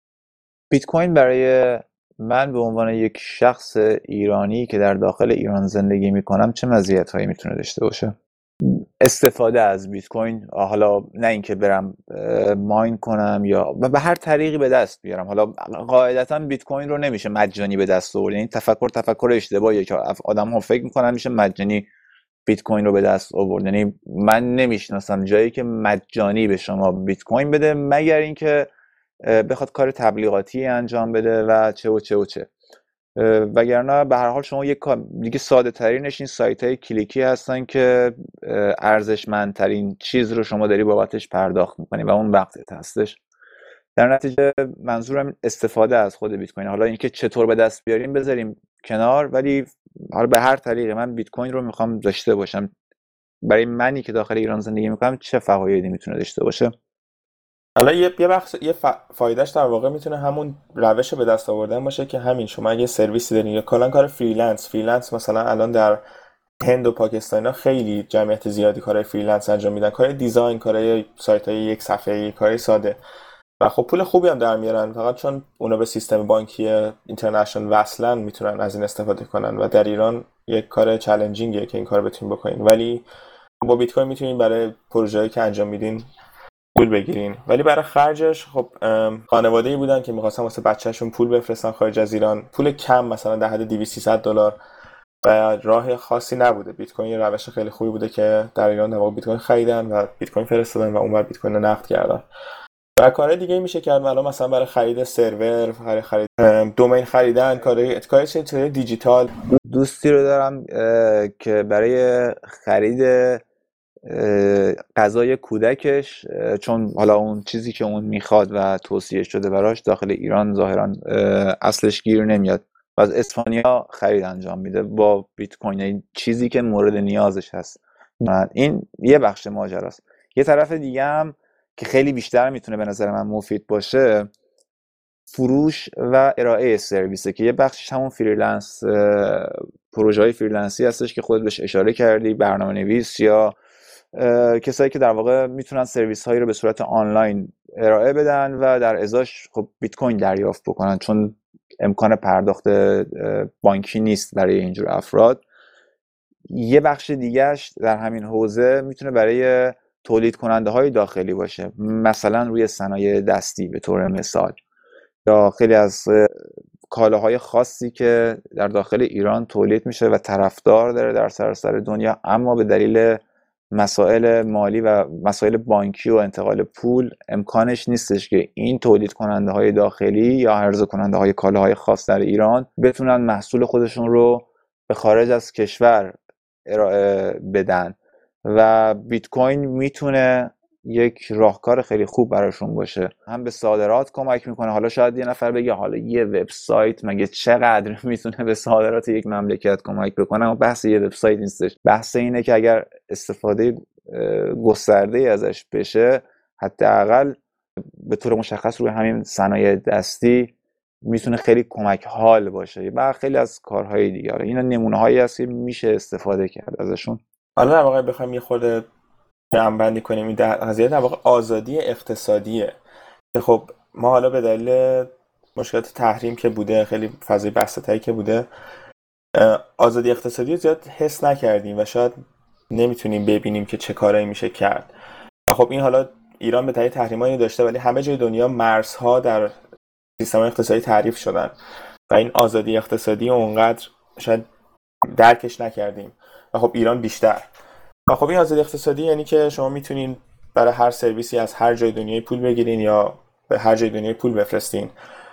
بیت کوین برای من به عنوان یک شخص ایرانی که در داخل ایران زندگی میکنم چه مزیت‌هایی میتونه داشته باشه؟ استفاده از بیت کوین، حالا نه اینکه برم ماین کنم یا به هر طریقی به دست بیارم. حالا قاعدتا بیت کوین رو نمیشه مجانی به دست آورد، یعنی تفکر اشتباهیه که آدم‌ها فکر میکنن میشه مجانی بیت کوین رو به دست آورد. یعنی من نمیشناسم جایی که مجانی به شما بیت کوین بده مگر اینکه بخواد کار تبلیغاتی انجام بده و چه و چه و چه. وگرنه به هر حال شما یک کار دیگه ساده ترینش این سایت های کلیکی هستن که ارزشمندترین چیز رو شما داری بابتش پرداخت میکنی و اون وقتت هستش. در نتیجه منظورم استفاده از خود بیت کوین. حالا اینکه چطور به دست بیاریم بذاریم کنار، ولی حالا به هر طریقی من بیت کوین رو میخوام داشته باشم. برای منی که داخل ایران زندگی میکنم چه فوایدی میتونه داشته باشه؟ حالا یه فایدهش در واقع میتونه همون روش به دست آوردن باشه که همین شما اگه سرویسی دارین یا کلا کار فریلنس مثلا الان در هند و پاکستان ها خیلی جمعیت زیادی کارهای فریلنس انجام میدن، کار دیزاین، کارهای سایت های یک صفحه‌ای، کارهای ساده و خب پول خوبی هم در میارن. فقط چون اونا به سیستم بانکی اینترنشنال وصلن میتونن از این استفاده کنن و در ایران یک کار چالنجینگه که این کارو بتونین بکنین، ولی با بیت کوین میتونین برای پروژه‌ای که انجام میدین پول بگیرین. ولی برای خرجش خب خانواده‌ای بودن که می‌خواستن واسه بچه‌شون پول بفرستن خارج از ایران، پول کم مثلا در حد $200-300 و راه خاصی نبوده. بیت کوین یه روش خیلی خوبی بوده که در ایران در واقع بیت کوین خریدن و بیت کوین فرستادن و اونور بیت کوین رو نقد کردن. و کارهای دیگه میشه کرد الان مثلا برای خرید سرور، برای خرید دومین خریدن، کارهای دیجیتال. دوستی رو دارم که برای خرید غذای کودکش، چون حالا اون چیزی که اون میخواد و توصیه شده براش داخل ایران ظاهرا اصلش گیر نمیاد و از اسپانیا خرید انجام میده با بیت کوین، این چیزی که مورد نیازش هست. این یه بخش ماجراست. یه طرف دیگه هم که خیلی بیشتر میتونه به نظر من مفید باشه فروش و ارائه سرویسه که یه بخشش همون فریلنس، پروژه های فریلنسی هستش که خودت بهش اشاره کردی، برنامه‌نویس یا کسایی که در واقع میتونن سرویس هایی رو به صورت آنلاین ارائه بدن و در ازاش خب بیت کوین دریافت بکنن، چون امکان پرداخت بانکی نیست برای اینجور افراد. یه بخش دیگهش در همین حوزه میتونه برای تولید کننده های داخلی باشه، مثلا روی صنایع دستی به طور مثال، یا خیلی از کالاهای خاصی که در داخل ایران تولید میشه و طرفدار داره در سراسر دنیا، اما به دلیل مسائل مالی و مسائل بانکی و انتقال پول امکانش نیستش که این تولید کننده های داخلی یا عرضه کننده های کالاهای خاص در ایران بتونن محصول خودشون رو به خارج از کشور ارائه بدن و بیت کوین میتونه یک راهکار خیلی خوب براشون باشه. هم به صادرات کمک میکنه. حالا شاید یه نفر بگه حالا یه وبسایت مگه چقدر میتونه به صادرات یک مملکت کمک بکنه؟ اما بحث یه وبسایت نیستش. بحث اینه که اگر استفاده گسترده ازش بشه، حداقل به طور مشخص روی همین صنایع دستی میتونه خیلی کمک حال باشه و خیلی از کارهای دیگه. اینا نمونه‌هایی هست که میشه استفاده کرد ازشون. حالا در واقع بخوایم یه خورده جمع‌بندی کنیم، این قضیه در واقع آزادی اقتصادیه که خب ما حالا به دلیل مشکلات تحریم که بوده، خیلی فضای بسطه‌ای که بوده، آزادی اقتصادی زیاد حس نکردیم و شاید نمیتونیم ببینیم که چه کارایی میشه کرد. و خب این حالا ایران به دلیل تحریمایی داشته، ولی همه جای دنیا مرزها در سیستم اقتصادی تعریف شدن و این آزادی اقتصادی اونقدر شاید درکش نکردیم و خب ایران بیشتر. و خب این آزادی اقتصادی یعنی که شما میتونین برای هر سرویسی از هر جای دنیای پول بگیرین یا به هر جای دنیای پول بفرستین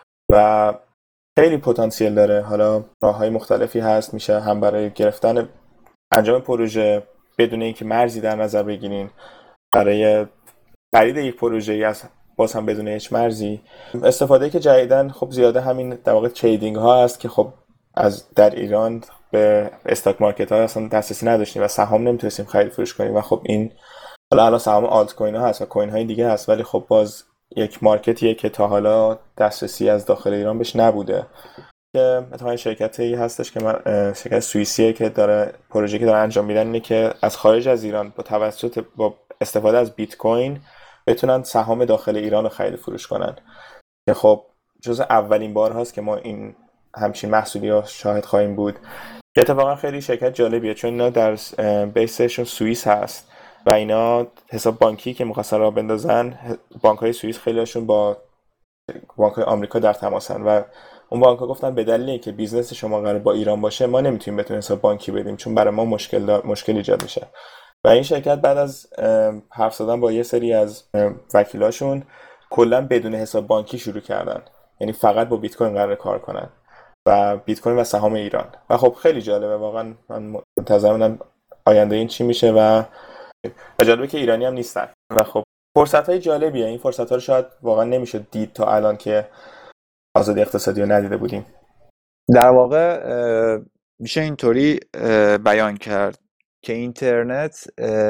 و خیلی پتانسیل داره. حالا راههای مختلفی هست، میشه هم برای گرفتن انجام پروژه بدون اینکه مرزی در نظر بگیرین، برای خرید یک پروژه از باز هم بدون هیچ مرزی. استفاده که جدیدن خب زیاده همین در واقع تریدینگ ها است که خب از در ایران به استاک مارکت ها اصلا دسترسی نداشتیم و سهام نمیتونستیم خرید فروش کنیم و خب این حالا الان سهام آلت کوین ها هست و کوین های دیگه هست، ولی خب باز یک مارکتیه که تا حالا دسترسی از داخل ایران بهش نبوده. که مثلا شرکتی هستش که شرکت سوئیسیه که داره پروژه‌ای که داره انجام میدن اینه که از خارج از ایران با استفاده از بیت کوین بتونن سهام داخل ایران رو خرید فروش کنن که خب جز اولین بار هست که ما این همچین محصولی رو شاهد خواهیم بود. که اتفاقا خیلی شرکت جالبیه چون اینا در بیسشون سوئیس هست و اینا حساب بانکی که می‌خواستن راه بندازن، بانک‌های سوئیس خیلی‌هاشون با بانک‌های آمریکا در تماسن و اون بانک‌ها گفتن به دلیل اینکه بیزنس شما قراره با ایران باشه ما نمیتونیم بهتون حساب بانکی بدیم چون برای ما مشکل ایجاد میشه. و این شرکت بعد از حرف زدن با یه سری از وکیلاشون کلا بدون حساب بانکی شروع کردن، یعنی فقط با بیت کوین قرار کار کنن و بیت کوین و سهام ایران. و خب خیلی جالبه واقعا، من منتظرم آینده این چی میشه و جالبه که ایرانی هم نیستن و خب فرصت‌های جالبیه. این فرصت‌ها رو شاید واقعا نمیشه دید تا الان که آزادی اقتصادی رو ندیده بودیم. در واقع میشه اینطوری بیان کرد که اینترنت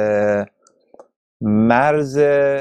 مرز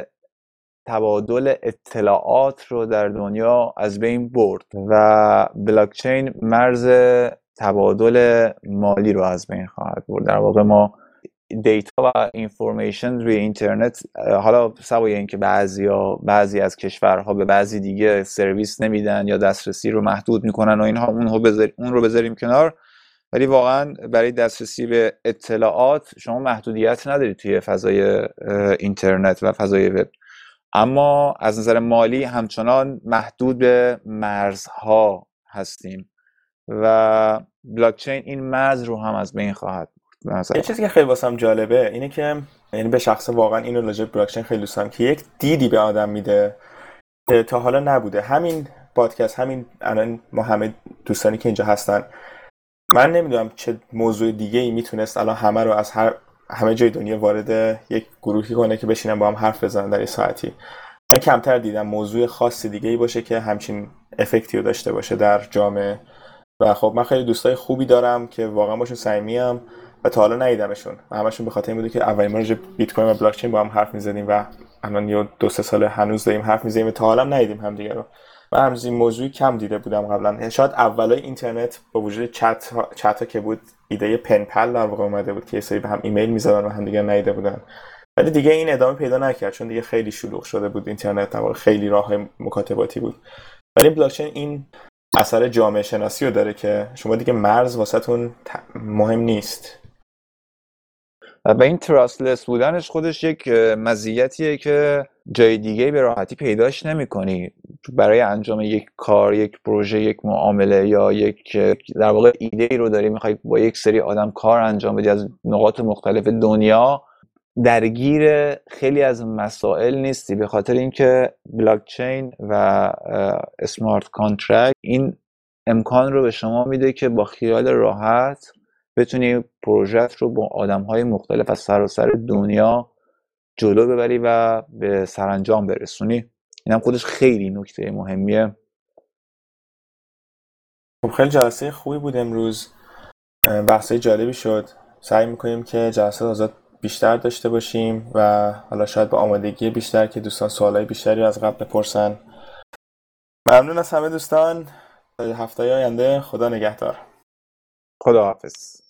تبادل اطلاعات رو در دنیا از بین برد و بلاکچین مرز تبادل مالی رو از بین خواهد برد. در واقع ما دیتا و اینفورمیشن روی اینترنت، حالا سوای اینکه بعضی از کشورها به بعضی دیگه سرویس نمیدن یا دسترسی رو محدود میکنن و اینها اون رو بذاریم کنار، ولی واقعا برای دسترسی به اطلاعات شما محدودیت ندارید توی فضای اینترنت و فضای وب، اما از نظر مالی همچنان محدود به مرزها هستیم و بلاکچین این مرز رو هم از بین خواهد برد. یه چیزی که خیلی واسم جالبه اینه که یعنی به شخص واقعا اینو راجع به بلاکچین خیلی دوست دارم که یک دیدی به آدم میده که تا حالا نبوده. همین پادکست، همین الان ما همه دوستانی که اینجا هستن، من نمیدونم چه موضوع دیگه ای میتونست الان همه رو از همه جای دنیا وارد یک گروهی کنه که بشینن با هم حرف بزنن در این ساعتی. من کمتر دیدم موضوع خاص دیگه ای باشه که همچین افکتی رو داشته باشه در جامعه و خب من خیلی دوستای خوبی دارم که واقعا باشون صمیمیم و تا حالا ندیدمشون و همشون به خاطر این بوده که اولین بار راجع به بیت کوین و بلاکچین با هم حرف می‌زدیم و الان یه 2-3 سال هنوز داریم حرف می‌زنیم و تا حالا ندیدیم همدیگه رو. من همین موضوعی کم دیده بودم قبلا. شاید اولای اینترنت با وجود چت که بود ایده پنپل در واقع اومده بود که یه سری به هم ایمیل می‌زدن و همدیگه ندیده بودن، ولی دیگه این ادامه پیدا نکرد چون دیگه خیلی شلوغ شده بود اینترنت، در واقع خیلی راههای مکاتباتی بود. ولی بلاکچین این اثر جامعه شناسی رو داره که شما دیگه مرز واسهتون مهم نیست و این تراستلس بودنش خودش یک مزیتیه که جای دیگه به راحتی پیداش نمی‌کنی. برای انجام یک کار، یک پروژه، یک معامله یا یک در واقع ایده‌ای رو داری می‌خوای با یک سری آدم کار انجام بدی از نقاط مختلف دنیا، درگیر خیلی از مسائل نیستی، به خاطر اینکه بلاک چین و اسمارت کانترکت این امکان رو به شما میده که با خیال راحت بتونی پروژه رو با آدم‌های مختلف از سراسر دنیا جلو ببری و به سرانجام برسونی. این هم خودش خیلی نکته مهمیه. خب خیلی جلسه خوبی بود امروز، بحثای جالبی شد. سعی میکنیم که جلسات آزاد بیشتر داشته باشیم و حالا شاید با آمادگی بیشتر که دوستان سوالای بیشتری از قبل بپرسن. ممنون از همه دوستان. تا هفته آینده، خدا نگهدار. خداحافظ.